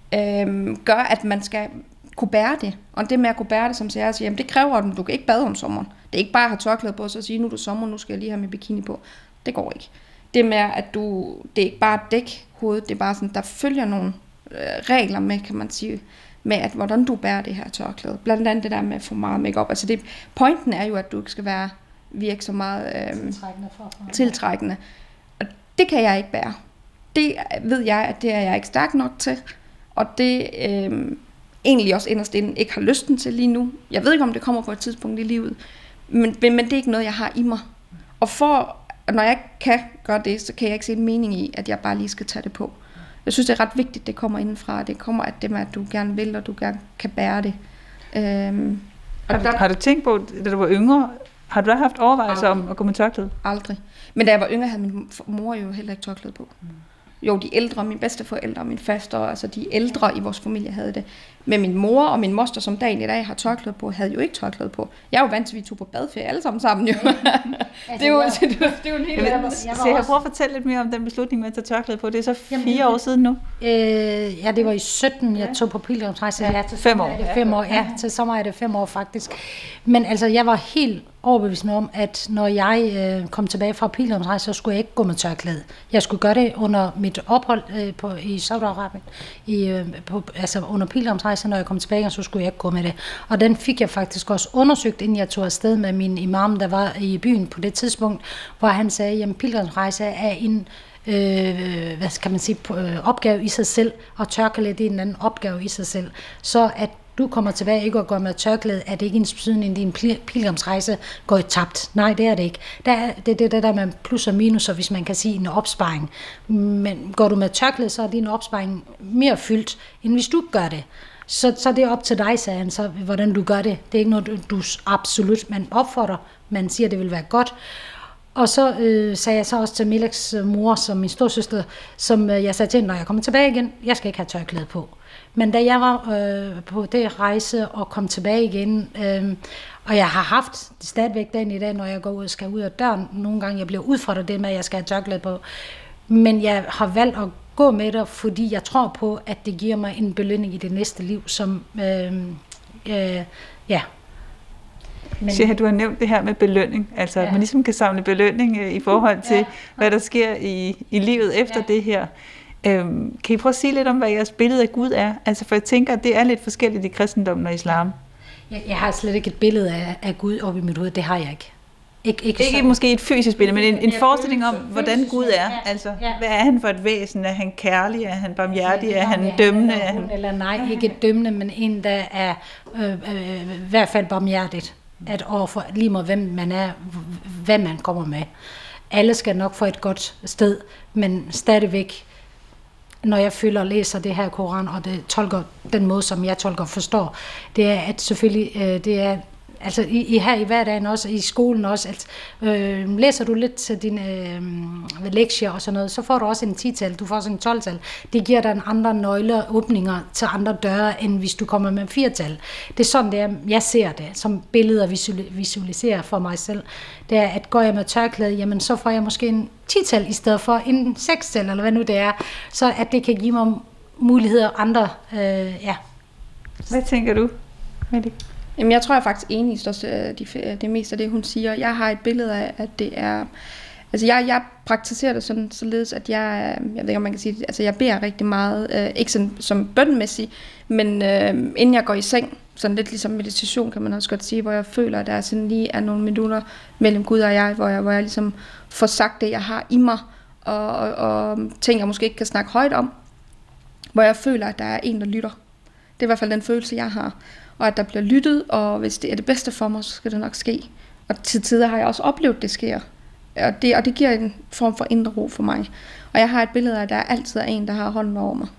gør, at man skal kunne bære det. Og det med at kunne bære det, som jeg siger, jamen det kræver, at du kan ikke bade om sommeren. Det er ikke bare at have tørklæde på, og så sige, nu er det sommer, nu skal jeg lige have min bikini på. Det går ikke. Det med, at det er ikke bare dæk hovedet, det er bare sådan, der følger nogle regler med, kan man sige, med at hvordan du bærer det her tørklæde. Blandt andet det der med for meget makeup. Altså pointen er jo, at du ikke skal virke så meget tiltrækkende. Og det kan jeg ikke bære. Det ved jeg, at det er jeg ikke stærk nok til. Og det egentlig også inderst inden ikke har lysten til lige nu. Jeg ved ikke, om det kommer på et tidspunkt i livet, men det er ikke noget, jeg har i mig. Og når jeg kan gøre det, så kan jeg ikke se en mening i, at jeg bare lige skal tage det på. Jeg synes, det er ret vigtigt, det kommer indenfra. Det kommer at det med, at du gerne vil, og du gerne kan bære det. Har du tænkt på, da du var yngre, har du da haft overvejelser om at gå med tørklæde? Aldrig. Men da jeg var yngre, havde min mor jo heller ikke tørklæde på. Jo, de ældre, mine bedsteforældre og min faster, altså de ældre i vores familie havde det. Men min mor og min moster, som dagen i dag har tørklæde på, havde jo ikke tørklæde på. Jeg er jo vant til, at vi tog på badferie alle sammen jo. Det er jo en helt anden. Så jeg prøver at fortælle lidt mere om den beslutning med at tage tørklæde på. Det er så 4 år siden nu. Ja, det var i 17, jeg tog på pilgrimsrejse. Ja, til 5 år. 5 år. Ja, til sommer er det 5 år faktisk. Men altså, jeg var helt overbevisende om, at når jeg kom tilbage fra pilgrimsrejse, så skulle jeg ikke gå med tørklæde. Jeg skulle gøre det under mit ophold i Saudi-Arabien, altså under pilgrimsrejse, når jeg kom tilbage, så skulle jeg ikke gå med det. Og den fik jeg faktisk også undersøgt, inden jeg tog afsted med min imam, der var i byen på det tidspunkt, hvor han sagde, at pilgrimsrejse er en hvad kan man sige, opgave i sig selv, og tørklæde det er en anden opgave i sig selv. Så at du kommer tilbage ikke og går med tørklæde, er det ikke en betydning, at din pilgrimsrejse går tabt. Nej, det er det ikke. Det er det der med plus og minus, hvis man kan sige en opsparing. Men går du med tørklæde, så er din opsparing mere fyldt, end hvis du gør det. Så det er op til dig, sagde han, så hvordan du gør det. Det er ikke noget, du absolut, man opfordrer, man siger, det vil være godt. Og så sagde jeg så også til Mileks mor, som min storsøster, som jeg sagde til, når jeg kommer tilbage igen, jeg skal ikke have tørklæde på. Men da jeg var på det rejse og kom tilbage igen, og jeg har haft det stadigvæk den i dag, når jeg går ud og skal ud af døren, nogle gange jeg bliver udfordret det med, at jeg skal have tørklæde på, men jeg har valgt at gå med det, fordi jeg tror på, at det giver mig en belønning i det næste liv, som ja. Men du har nævnt det her med belønning, altså at man ligesom kan samle belønning i forhold til, hvad der sker i livet efter det her. Kan I prøve at sige lidt om, hvad jeres billede af Gud er? Altså for jeg tænker, at det er lidt forskelligt i kristendommen og islam. Jeg har slet ikke et billede af Gud oppe i mit hoved, det har jeg ikke. Ikke måske et fysisk billede, men en forestilling om, hvordan Gud er. Altså, hvad er han for et væsen? Er han kærlig? Er han barmhjertig? Er han dømmende? Eller nej, ikke dømmende, men en, der er i hvert fald barmhjertigt. At overfor lige meget hvem man er, hvad man kommer med. Alle skal nok få et godt sted, men stadigvæk, når jeg føler og læser det her Koran, og det tolker den måde, som jeg tolker og forstår, det er, at selvfølgelig, det er, altså her i hverdagen også, i skolen også, at læser du lidt til dine lektier og sådan noget, så får du også en 10-tal, du får også en 12-tal. Det giver dig en andre nøgleåbninger til andre døre, end hvis du kommer med en 4-tal. Det er sådan, det er, jeg ser det, som billeder visualiserer for mig selv. Det er, at går jeg med tørklæde, jamen så får jeg måske en 10-tal i stedet for en 6-tal, eller hvad nu det er, så at det kan give mig muligheder andre, ja. Hvad tænker du, Mette? Jamen, jeg tror, jeg er faktisk enig i det meste af det, hun siger. Jeg har et billede af, at det er... Altså, jeg praktiserer det sådan, således, at jeg ved ikke, om man kan sige det, altså, jeg beder rigtig meget, ikke sådan, som bønmæssigt, men inden jeg går i seng, sådan lidt ligesom meditation, kan man også godt sige, hvor jeg føler, at der sådan lige er nogle minutter mellem Gud og jeg, hvor jeg ligesom får sagt det, jeg har i mig, og ting, jeg måske ikke kan snakke højt om, hvor jeg føler, at der er en, der lytter. Det er i hvert fald den følelse, jeg har. Og at der bliver lyttet, og hvis det er det bedste for mig, så skal det nok ske. Og til tider har jeg også oplevet, at det sker. Og det giver en form for indre ro for mig. Og jeg har et billede af, at der altid er en, der har hånden over mig.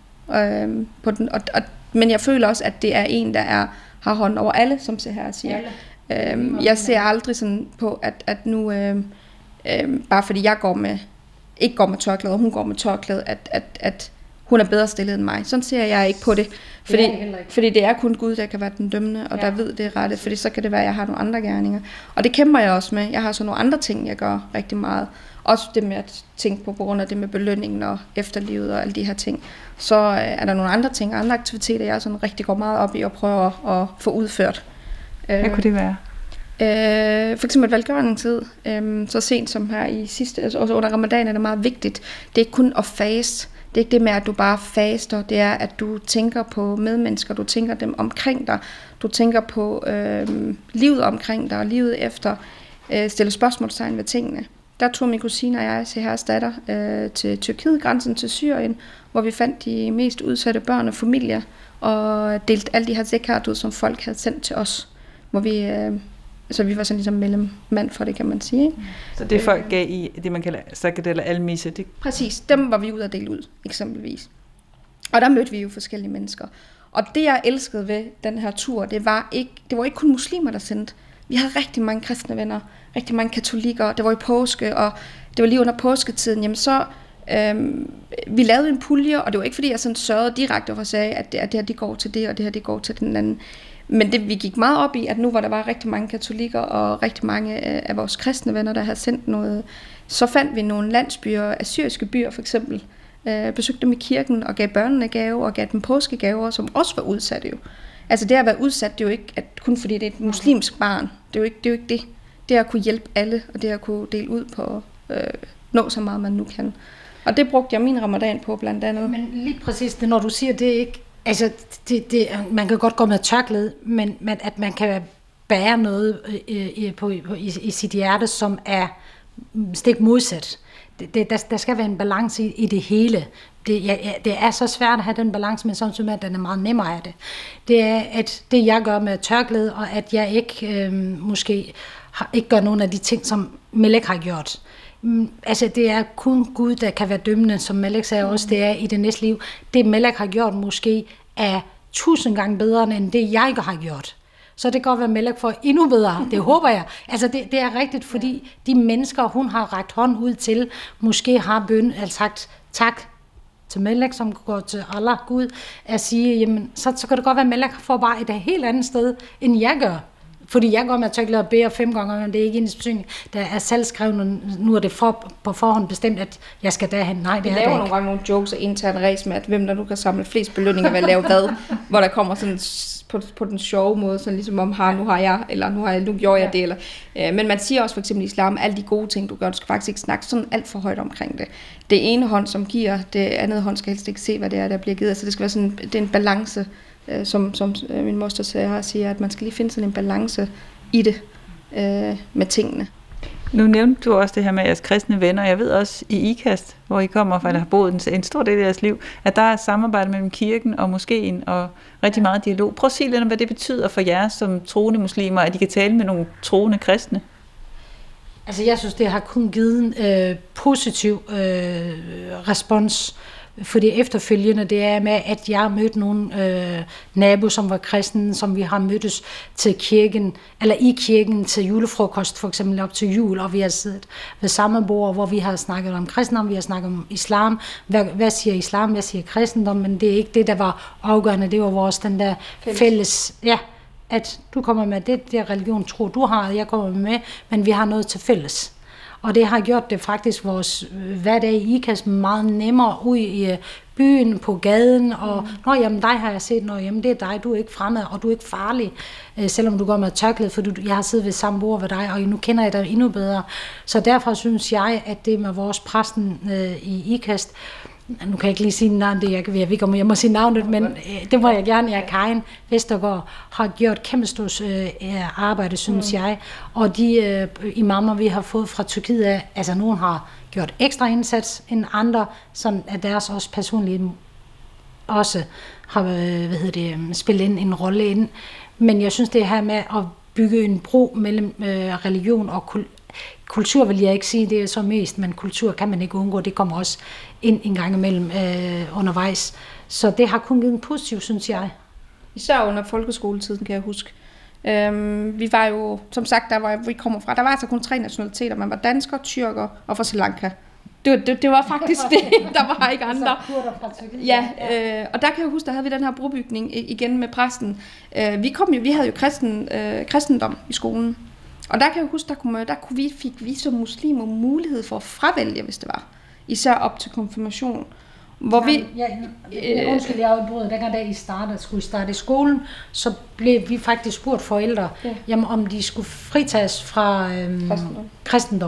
Men jeg føler også, at det er en, der har hånden over alle, som se her siger. Jeg ser aldrig sådan på, at nu, bare fordi jeg ikke går med tørklæde, og hun går med tørklæde, at hun er bedre stillet end mig. Sådan ser jeg ikke på det. Fordi det er kun Gud, der kan være den dømmende, og der ved det rette, fordi så kan det være, at jeg har nogle andre gerninger. Og det kæmper jeg også med. Jeg har så nogle andre ting, jeg gør rigtig meget. Også det med at tænke på grund af det med belønningen og efterlivet og alle de her ting. Så er der nogle andre ting, andre aktiviteter, jeg sådan rigtig går meget op i og prøver at få udført. Hvad kunne det være? For eksempel velgørenhetstid, så sent som her i sidste, altså under ramadan er det meget vigtigt. Det er ikke kun at faste. Det er ikke det med, at du bare faster. Det er, at du tænker på medmennesker, du tænker dem omkring dig, du tænker på livet omkring dig og livet efter, stiller spørgsmålstegn ved tingene. Der tog min kusine og jeg til Herres datter til Tyrkiet, grænsen til Syrien, hvor vi fandt de mest udsatte børn og familier, og delte alle de her zakat ud, som folk havde sendt til os, hvor vi... Så vi var sådan ligesom mellemmand for det, kan man sige. Ikke? Så det folk gav i det, man kalder zakat eller almisse? Det... Præcis, dem var vi ude at dele ud, eksempelvis. Og der mødte vi jo forskellige mennesker. Og det, jeg elskede ved den her tur, det var ikke kun muslimer, der sendte. Vi havde rigtig mange kristne venner, rigtig mange katolikker. Det var i påske, og det var lige under påsketiden. Jamen så, vi lavede en pulje, og det var ikke fordi, jeg sådan sørgede direkte for at sige, at det her det går til det, og det her det går til den anden. Men det, vi gik meget op i, at nu hvor der var rigtig mange katolikker og rigtig mange af vores kristne venner, der havde sendt noget, så fandt vi nogle landsbyer, assyriske byer for eksempel, besøgte dem i kirken og gav børnene gaver og gav dem påskegaver, som også var udsatte jo. Altså det at være udsat, det er jo ikke kun fordi det er et muslimsk barn. Det er jo ikke det. Det er at kunne hjælpe alle, og det at kunne dele ud på nå så meget man nu kan. Og det brugte jeg min ramadan på blandt andet. Men lige præcis det, når du siger det ikke, altså man kan godt gå med tørklæde, men at man kan bære noget i sit hjerte, som er stik modsat. Der skal være en balance i det hele. Det er så svært at have den balance, men samtidig med, at den er meget nemmere af det. Det er, at det jeg gør med tørklæde, og at jeg ikke måske ikke gør nogen af de ting, som Melek har gjort. Altså det er kun Gud, der kan være dømmende, som Melek sagde også, det er i det næste liv. Det Melek har gjort måske er 1000 gange bedre, end det jeg har gjort. Så det kan godt være, at Melek får endnu bedre. Det håber jeg. Altså det er rigtigt, fordi de mennesker, hun har rakt hånd ud til, måske har sagt tak til Melek, som går til Allah, Gud, at sige, jamen, så kan det godt være, at Melek får bare et helt andet sted, end jeg gør. Fordi jeg går med at tørklæde og beder 5 gange, men det er ikke en betydning. Der er selvskrevet, nu er det på forhånd bestemt, at jeg skal derhen. Nej, det er det ikke. Vi laver nogle gange nogle jokes og interne race med, at hvem der nu kan samle flest belønninger ved at lave hvad, hvor der kommer sådan på den sjove måde, sådan ligesom om, nu har jeg, eller nu gjorde jeg det. Eller, men man siger også for eksempel i islam, alle de gode ting, du gør, du skal faktisk ikke snakke sådan alt for højt omkring det. Det ene hånd, som giver, det andet hånd skal helst ikke se, hvad det er, der bliver givet. Så det skal være sådan, det er en balance, som min moster siger, at man skal lige finde sådan en balance i det med tingene. Nu nævnte du også det her med jeres kristne venner. Jeg ved også i IKAST, hvor I kommer fra, eller har boet en stor del af jeres liv, at der er samarbejde mellem kirken og moskeen og rigtig meget dialog. Prøv at sige lidt om, hvad det betyder for jer som troende muslimer, at I kan tale med nogle troende kristne. Altså jeg synes, det har kun givet en positiv respons. For det efterfølgende, det er med, at jeg har mødt nogle naboer, som var kristne, som vi har mødtes til kirken, eller i kirken til julefrokost, for eksempel op til jul, og vi har siddet ved samme bord, hvor vi har snakket om kristendom, vi har snakket om islam. Hvad siger islam, hvad siger kristendom, men det er ikke det, der var afgørende, det var vores den der fælles, ja, at du kommer med det der religion, tror du har, jeg kommer med, men vi har noget til fælles. Og det har gjort det faktisk vores hverdag i IKAST meget nemmere ud i byen, på gaden, og jamen dig har jeg set, jamen det er dig, du er ikke fremmed, og du er ikke farlig, selvom du går med tørklæde, for jeg har siddet ved samme bord ved dig, og nu kender jeg dig endnu bedre. Så derfor synes jeg, at det med vores præsten i IKAST, nu kan jeg ikke lige sige navnet, jeg ved ikke, om jeg må sige navnet, men det må jeg gerne. Karin Vestergaard har gjort kæmpestort arbejde, synes jeg. Og de imamer, vi har fået fra Tyrkiet, altså nogen har gjort ekstra indsats end andre, som er deres også personlige også har spillet en rolle ind. Men jeg synes, det her med at bygge en bro mellem religion og kultur vil jeg ikke sige, det er så mest, men kultur kan man ikke undgå, det kommer også ind en gang imellem undervejs. Så det har kun givet en positiv, synes jeg. Især under folkeskoletiden, kan jeg huske. Vi var jo, som sagt, der hvor vi kommer fra, der var altså kun 3 nationaliteter. Man var dansker, tyrker og fra Sri Lanka. Det var faktisk det, der var ikke andre. Ja, og der kan jeg huske, der havde vi den her brobygning igen med præsten. Vi havde jo kristendom i skolen. Og der kan jeg huske, fik vi som muslimer mulighed for at fravælge, hvis det var. Især op til konfirmation. Hvor undskyld, jeg afbrød, dengang da skulle starte i skolen, så blev vi faktisk spurgt forældre, jamen, om de skulle fritages fra kristendom.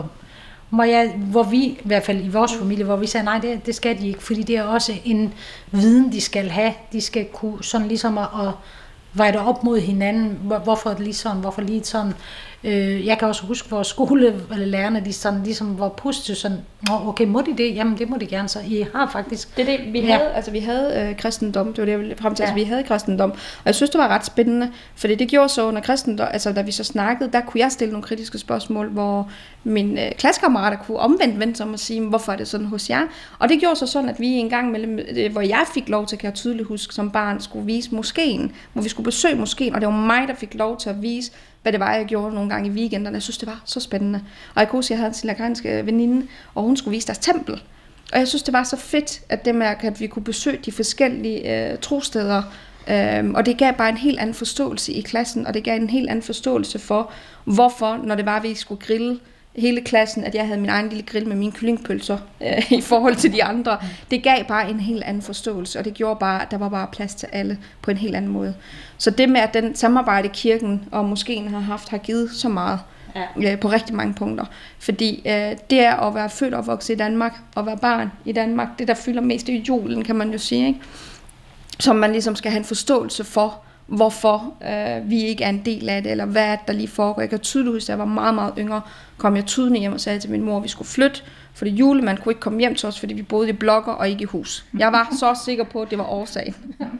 Hvor vi, i hvert fald i vores familie, hvor vi sagde, nej, det skal de ikke, fordi det er også en viden, de skal have. De skal kunne sådan ligesom at veje det op mod hinanden. Hvorfor lige sådan, hvorfor lige sådan. Jeg kan også huske, vores skolelærerne, de sådan ligesom var positive, sådan, okay, må de det? Jamen, det må de gerne, så I har faktisk... Det er det, vi havde kristendom, det var det, jeg ville frem til, vi havde kristendom, og jeg synes, det var ret spændende, fordi det gjorde så under kristendom, altså da vi så snakkede, der kunne jeg stille nogle kritiske spørgsmål, hvor mine klassekammerater kunne omvendt vende sig om at sige, hvorfor er det sådan hos jer? Og det gjorde så sådan, at vi en gang mellem, hvor jeg fik lov til, kan jeg tydeligt huske, som barn skulle vise moskeen, hvor vi skulle besøge moskeen, og det var mig, der fik lov til at vise, hvad det var, jeg gjorde nogle gange i weekenderne. Jeg synes, det var så spændende. Og jeg kunne huske, at jeg havde en srilankansk veninde, og hun skulle vise deres tempel. Og jeg synes, det var så fedt, at det med, at vi kunne besøge de forskellige trosteder, og det gav bare en helt anden forståelse i klassen, og det gav en helt anden forståelse for, hvorfor, når det var, at vi skulle grille hele klassen, at jeg havde min egen lille grill med mine kyllingpølser i forhold til de andre. Det gav bare en helt anden forståelse, og det gjorde bare, at der var bare plads til alle på en helt anden måde. Så det med, at den samarbejde, kirken og moskeen har givet så meget på rigtig mange punkter. Fordi det er at være født og vokset i Danmark, og være barn i Danmark, det der fylder mest, det er julen, kan man jo sige, ikke? Som man ligesom skal have en forståelse for, hvorfor vi ikke er en del af det, eller hvad der lige foregår. Jeg kan tydeligt huske, at jeg var meget, meget yngre, kom jeg tydeligt hjem og sagde til min mor, at vi skulle flytte, fordi julemand kunne ikke komme hjem til os, fordi vi boede i blokker og ikke i hus. Jeg var så sikker på, at det var årsagen.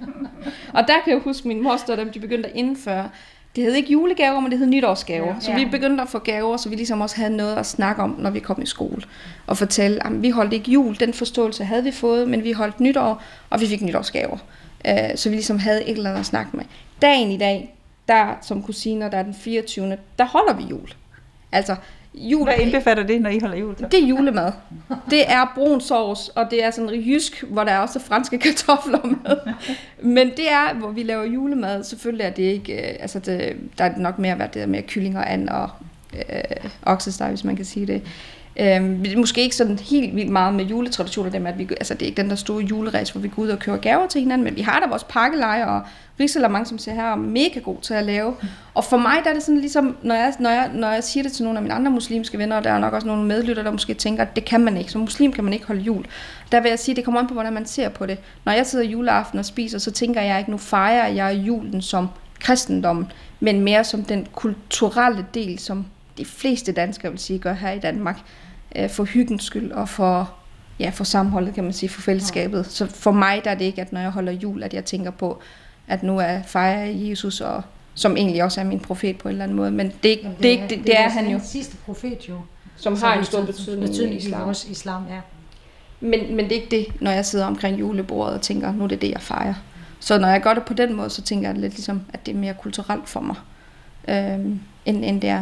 Og der kan jeg huske, at min moster, da de begyndte at indføre, det hed ikke julegaver, men det hed nytårsgaver. Ja. Så vi begyndte at få gaver, så vi ligesom også havde noget at snakke om, når vi kom i skole. Og fortælle, at vi holdt ikke jul, den forståelse havde vi fået, men vi holdt nytår, og vi fik nytårsgaver. Så vi ligesom havde et eller andet at snakke med. Dagen i dag, der som kusiner, der er den 24. Der holder vi jul. Altså, jul. Hvad indbefatter det, når I holder jul? Det er julemad. Det er brun sovs, og det er sådan jysk, hvor der er også franske kartofler med. Men det er, hvor vi laver julemad. Selvfølgelig er det ikke, der er nok mere været det med kylling og and og oksesteg, hvis man kan sige det. Måske ikke sådan helt vildt meget med juletraditioner, det med, at det er ikke den der store juleræs, hvor vi går ud og køber gaver til hinanden, men vi har da vores pakkeleje, og risalamande, som ser her, er mega god til at lave. Og for mig der er det sådan ligesom, når jeg siger det til nogle af mine andre muslimske venner, og der er nok også nogle medlytter, der måske tænker, at det kan man ikke. Som muslim kan man ikke holde jul. Der vil jeg sige, at det kommer an på, hvordan man ser på det. Når jeg sidder juleaften og spiser, så tænker jeg ikke, nu fejrer jeg julen som kristendommen, men mere som den kulturelle del, som de fleste danskere vil sige, gør her i Danmark, for hyggens skyld og for sammenholdet, kan man sige, for fællesskabet. Så for mig der er det ikke, at når jeg holder jul, at jeg tænker på, at nu er fejrer Jesus, og som egentlig også er min profet på en eller anden måde. Men det er han jo. Den sidste profet jo. Som har en stor betydning i vores islam, ja. Men det er ikke det, når jeg sidder omkring julebordet og tænker, nu er det jeg fejrer. Så når jeg gør det på den måde, så tænker jeg lidt ligesom, at det er mere kulturelt for mig, end det er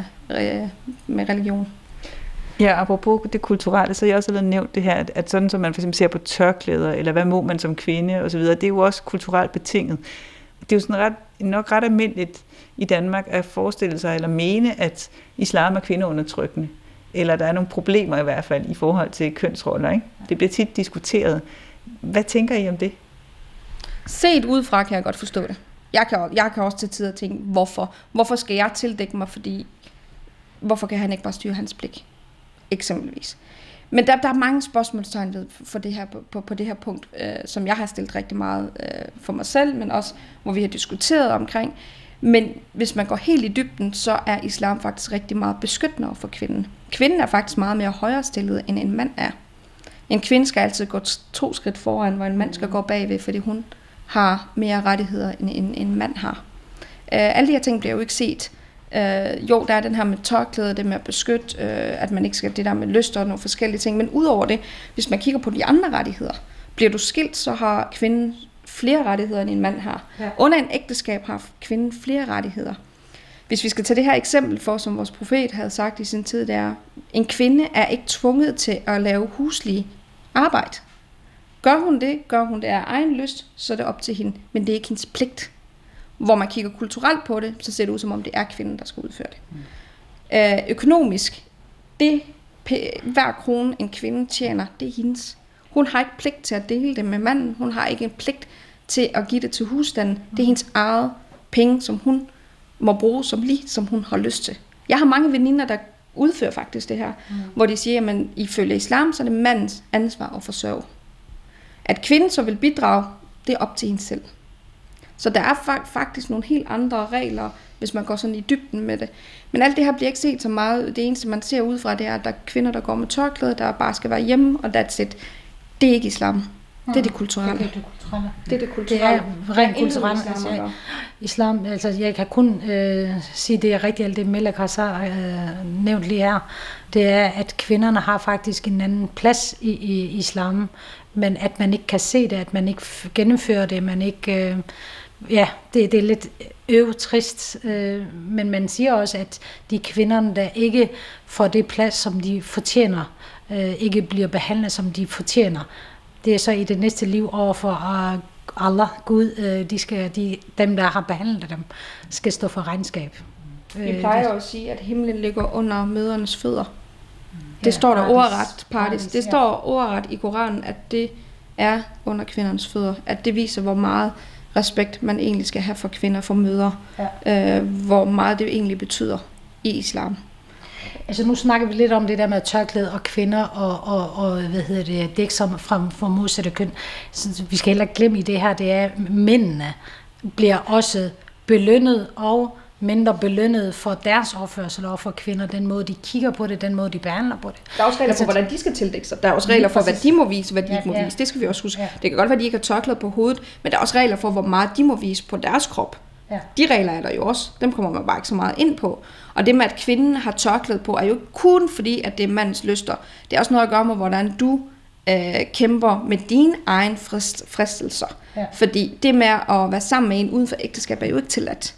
med religion. Ja, apropos det kulturelle, så har jeg også allerede nævnt det her, at sådan som man for eksempel ser på tørklæder, eller hvad må man som kvinde osv., det er jo også kulturelt betinget. Det er jo sådan nok ret almindeligt i Danmark at forestille sig eller mene, at islam er kvindeundertrykkende. Eller der er nogle problemer i hvert fald i forhold til kønsroller. Ikke? Det bliver tit diskuteret. Hvad tænker I om det? Set udefra kan jeg godt forstå det. Jeg kan også til tider tænke, hvorfor? Hvorfor skal jeg tildække mig? Fordi hvorfor kan han ikke bare styre hans blik? Eksempelvis. Men der er mange spørgsmålstegn ved for det her, på det her punkt, som jeg har stillet rigtig meget for mig selv, men også hvor vi har diskuteret omkring. Men hvis man går helt i dybden, så er islam faktisk rigtig meget beskyttende for kvinden. Kvinden er faktisk meget mere højere stillet, end en mand er. En kvinde skal altid gå 2 skridt foran, hvor en mand skal gå bagved, fordi hun har mere rettigheder, end en mand har. Alle de her ting bliver jo ikke set. Jo, der er den her med tørklæder, det med at beskytte, at man ikke skal det der med lyster og nogle forskellige ting. Men udover det, hvis man kigger på de andre rettigheder, bliver du skilt, så har kvinden flere rettigheder, end en mand har. Ja. Under en ægteskab har kvinden flere rettigheder. Hvis vi skal tage det her eksempel for, som vores profet havde sagt i sin tid, det er, en kvinde er ikke tvunget til at lave huslige arbejde. Gør hun det af egen lyst, så er det op til hende, men det er ikke hendes pligt. Hvor man kigger kulturelt på det, så ser det ud som om det er kvinden, der skal udføre det. Økonomisk, det hver krone en kvinde tjener, det er hendes. Hun har ikke pligt til at dele det med manden. Hun har ikke en pligt til at give det til husstanden. Det er hendes eget penge, som hun må bruge som hun har lyst til. Jeg har mange veninder, der udfører faktisk det her, hvor de siger, at ifølge islam, så er det mandens ansvar at forsørge. At kvinden så vil bidrage, det er op til hende selv. Så der er faktisk nogle helt andre regler, hvis man går sådan i dybden med det. Men alt det her bliver ikke set så meget. Det eneste, man ser udefra, det er, at der er kvinder, der går med tørklæde, der bare skal være hjemme, og that's it. Det er ikke islam. Det er det kulturelle. Det er det kulturelle. Det er rent kulturelt. Islam, altså jeg kan kun sige, det er rigtigt, alt det Melek har nævnt lige her. Det er, at kvinderne har faktisk en anden plads i islam, men at man ikke kan se det, at man ikke gennemfører det, man ikke... det er lidt trist, men man siger også, at de kvinder, der ikke får det plads, som de fortjener, ikke bliver behandlet, som de fortjener. Det er så i det næste liv overfor Allah, Gud, dem, der har behandlet dem, skal stå for regnskab. Vi plejer jo at sige, at himlen ligger under mødrenes fødder. Det står der ordret, paradis. Det står ordret i Koranen, at det er under kvindernes fødder. At det viser, hvor meget respekt man egentlig skal have for kvinder, for mødre. Hvor meget det egentlig betyder i islam. Altså nu snakker vi lidt om det der med tørklæde og kvinder og det er ikke som fra modsatte køn. Så vi skal heller ikke glemme i det her, det er, at mændene bliver også belønnet og mindre belønnet for deres opførsel over for kvinder, den måde de kigger på det, den måde de behandler på det. Der er også regler for, hvordan de skal tildække sig. Der er også regler for, hvad de må vise, hvad de ikke må vise. Det skal vi også huske. Ja. Det kan godt være, at de ikke har tørklæde på hovedet, men der er også regler for, hvor meget de må vise på deres krop. Ja. De regler er der jo også. Dem kommer man bare ikke så meget ind på. Og det med, at kvinden har tørklæde på, er jo ikke kun fordi, at det er mandens lyster. Det er også noget at gøre med, hvordan du kæmper med dine egen fristelser. Ja. Fordi det med at være sammen med en uden for ægteskab er jo ikke tilladt.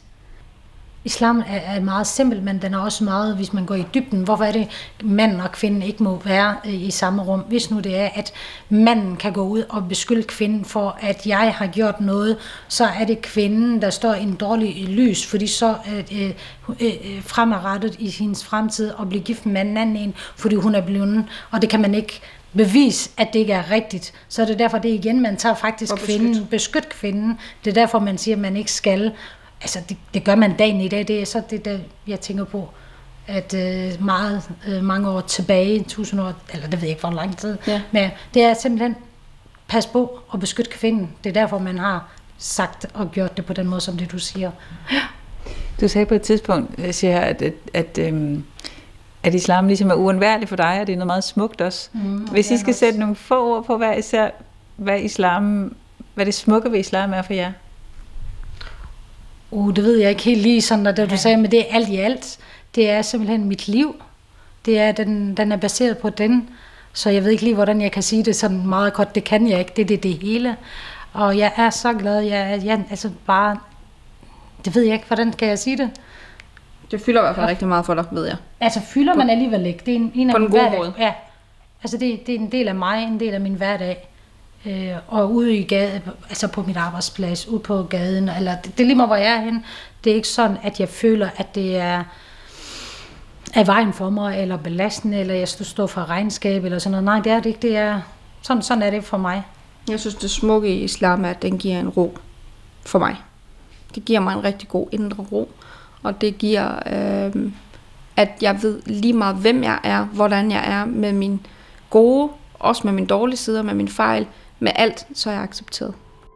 Islam er meget simpel, men den er også meget, hvis man går i dybden. Hvorfor er det, manden og kvinden ikke må være i samme rum? Hvis nu det er, at manden kan gå ud og beskylde kvinden for, at jeg har gjort noget, så er det kvinden, der står i en dårlig lys, fordi så fremadrettet i hendes fremtid og blive gift med en anden, fordi hun er blevet, og det kan man ikke bevise, at det ikke er rigtigt. Så er det derfor, det igen, man tager faktisk kvinden, beskyt kvinden. Det er derfor, man siger, at man ikke skal. Altså, det gør man dagen i dag. Det er så det, der jeg tænker på, at mange år tilbage, 1000 år, eller det ved jeg ikke, hvor lang tid, men det er simpelthen, pas på og beskytte kvinden. Det er derfor, man har sagt og gjort det på den måde, som det du siger. Du sagde på et tidspunkt, siger at at islam ligesom er uundværlig for dig, og det er noget meget smukt også. Hvis I skal sætte nogle få ord på, hvad det smukke ved islam er for jer? Det ved jeg ikke helt lige sådan, da du sagde, men det er alt i alt. Det er simpelthen mit liv. Det er, den er baseret på den. Så jeg ved ikke lige, hvordan jeg kan sige det sådan meget godt. Det kan jeg ikke. Det hele. Og jeg er så glad. Jeg altså bare... Det ved jeg ikke. Hvordan kan jeg sige det? Det fylder i hvert fald rigtig meget for dig, ved jeg. Altså fylder man alligevel ikke. Det er en af på min en god hverdag. måde. Ja. Altså det er en del af mig, en del af min hverdag. Og ude i gaden, altså på mit arbejdsplads, ude på gaden, eller det er lige meget, hvor jeg er henne. Det er ikke sådan, at jeg føler, at det er af vejen for mig, eller belastende, eller jeg skal stå for regnskab, eller sådan noget. Nej, det er det ikke. Det er, sådan er det for mig. Jeg synes, det smukke i islam er, at den giver en ro for mig. Det giver mig en rigtig god indre ro, og det giver, at jeg ved lige meget, hvem jeg er, hvordan jeg er, med min gode, også med mine dårlige sider, med mine fejl, med alt, så er jeg accepteret.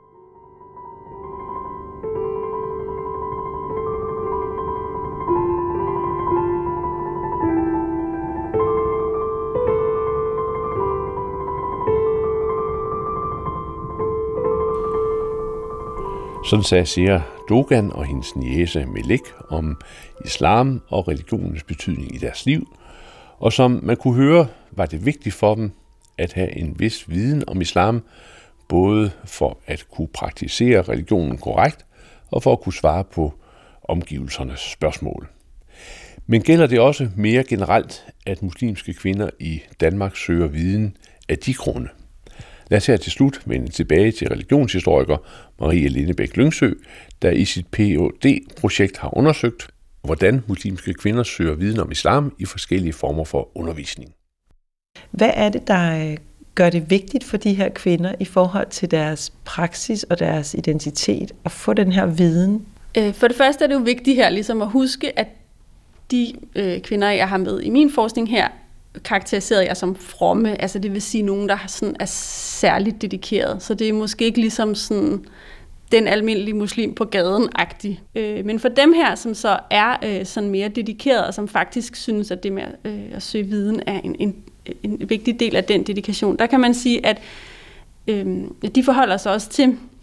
Sådan sagde Sera Dogan og hendes niece Melek om islam og religionens betydning i deres liv, og som man kunne høre, var det vigtigt for dem at have en vis viden om islam, både for at kunne praktisere religionen korrekt og for at kunne svare på omgivelsernes spørgsmål. Men gælder det også mere generelt, at muslimske kvinder i Danmark søger viden af de grunde? Lad os her til slut vende tilbage til religionshistoriker Marie Lindebæk Lyngsø, der i sit Ph.D.-projekt har undersøgt, hvordan muslimske kvinder søger viden om islam i forskellige former for undervisning. Hvad er det, der gør det vigtigt for de her kvinder i forhold til deres praksis og deres identitet at få den her viden? For det første er det jo vigtigt her ligesom at huske, at de kvinder, jeg har med i min forskning her, karakteriserede jeg som fromme, altså det vil sige nogen, der sådan er særligt dedikeret. Så det er måske ikke ligesom sådan den almindelige muslim på gaden-agtig. Men for dem her, som så er sådan mere dedikeret, og som faktisk synes, at det med at søge viden er en vigtig del af den dedikation, der kan man sige, at de forholder sig også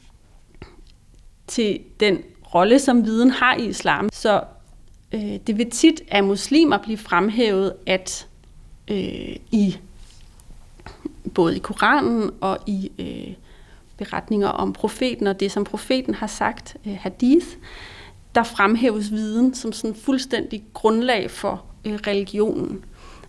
til den rolle, som viden har i islam. Så det vil tit af muslimer blive fremhævet, at både i Koranen og i beretninger om profeten og det, som profeten har sagt, hadith, der fremhæves viden som sådan fuldstændig grundlag for religionen.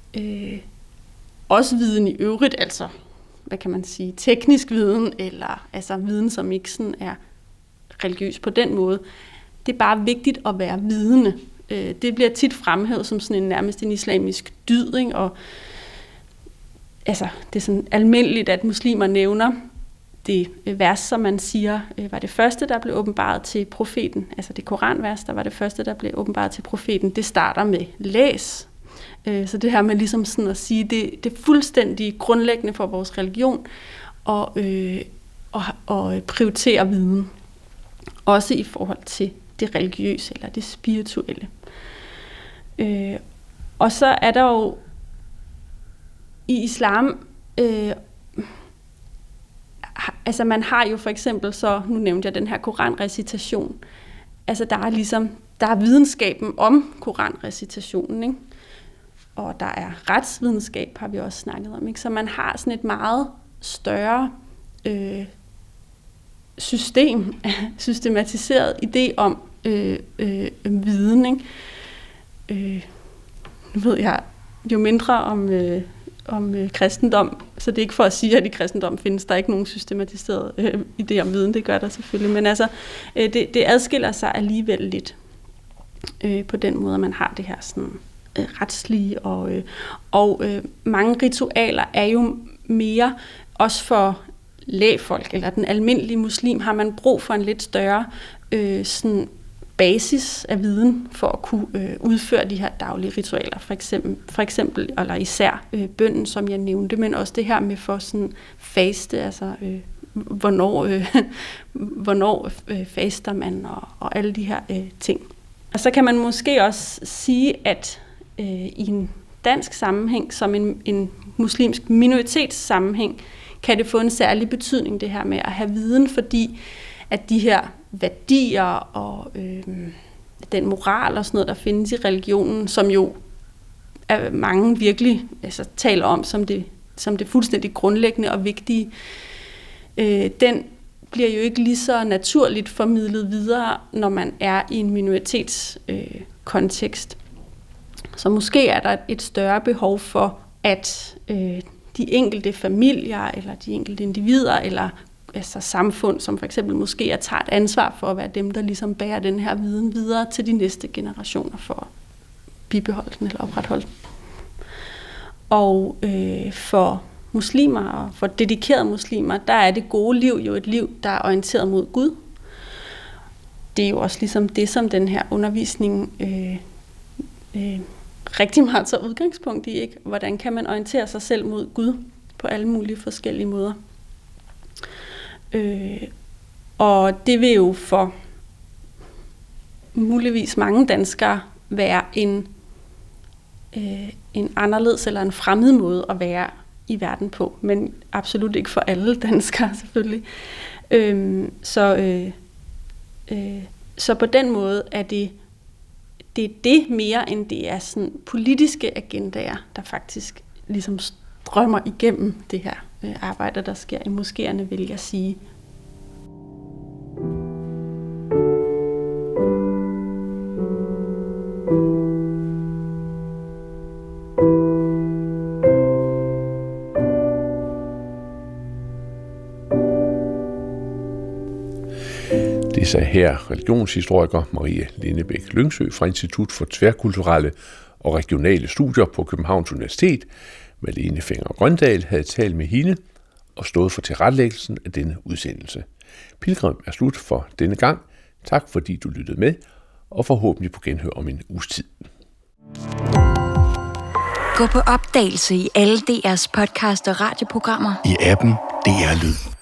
Også viden i øvrigt, altså, hvad kan man sige, teknisk viden, eller altså viden, som ikke sådan er religiøs på den måde. Det er bare vigtigt at være vidende. Det bliver tit fremhævet som sådan nærmest en islamisk dyd, ikke? Og altså, det er sådan almindeligt, at muslimer nævner det vers, som man siger, var det første, der blev åbenbaret til profeten. Altså det koranvers, der var det første, der blev åbenbaret til profeten. Det starter med læs. Så det her med ligesom sådan at sige, det er fuldstændig grundlæggende for vores religion og prioritere viden. Også i forhold til det religiøse eller det spirituelle. Og så er der jo i islam, altså man har jo for eksempel så, nu nævnte jeg den her koranrecitation, altså der er videnskaben om koranrecitationen, ikke? Og der er retsvidenskab, har vi også snakket om, ikke? Så man har sådan et meget større systematiseret idé om viden, ikke? Nu ved jeg jo mindre om kristendom, så det er ikke for at sige, at i kristendom findes der ikke nogen systematiseret idé om viden, det gør der selvfølgelig, men altså det adskiller sig alligevel lidt på den måde, at man har det her sådan retslige, og mange ritualer er jo mere, også for lægfolk, eller den almindelige muslim, har man brug for en lidt større sådan basis af viden for at kunne udføre de her daglige ritualer, for eksempel eller især bønnen, som jeg nævnte, men også det her med for sådan faste, altså hvornår faster man og alle de her ting. Og så kan man måske også sige, at i en dansk sammenhæng, som en muslimsk minoritetssammenhæng, kan det få en særlig betydning, det her med at have viden, fordi at de her værdier og den moral og sådan noget, der findes i religionen, som jo mange virkelig taler om som det fuldstændig grundlæggende og vigtige, den bliver jo ikke lige så naturligt formidlet videre, når man er i en minoritetskontekst. Så måske er der et større behov for, at de enkelte familier, eller de enkelte individer, eller samfund, som for eksempel måske tager et ansvar for at være dem, der ligesom bærer den her viden videre til de næste generationer for at bibeholde den eller opretholde den. Og for muslimer og for dedikerede muslimer, der er det gode liv jo et liv, der er orienteret mod Gud. Det er jo også ligesom det, som den her undervisning rigtig meget tager udgangspunkt i, ikke? Hvordan kan man orientere sig selv mod Gud på alle mulige forskellige måder. Og det vil jo for muligvis mange danskere være en anderledes eller en fremmed måde at være i verden på, men absolut ikke for alle danskere selvfølgelig. Så på den måde er det mere end det er sådan politiske agendaer, der faktisk ligesom strømmer igennem det her arbejde, der sker i moskéerne, vil jeg sige. Det sagde her religionshistoriker Marie Lindebæk Lyngsø fra Institut for Tværkulturelle og Regionale Studier på Københavns Universitet. Malene Fenger-Grøndahl havde talt med hende og stået for tilrettelæggelsen af denne udsendelse. Pilgrim er slut for denne gang. Tak fordi du lyttede med, og forhåbentlig på genhør om en uges tid. Gå på opdagelse i alle DR's podcast og radioprogrammer. I appen DR Lyd.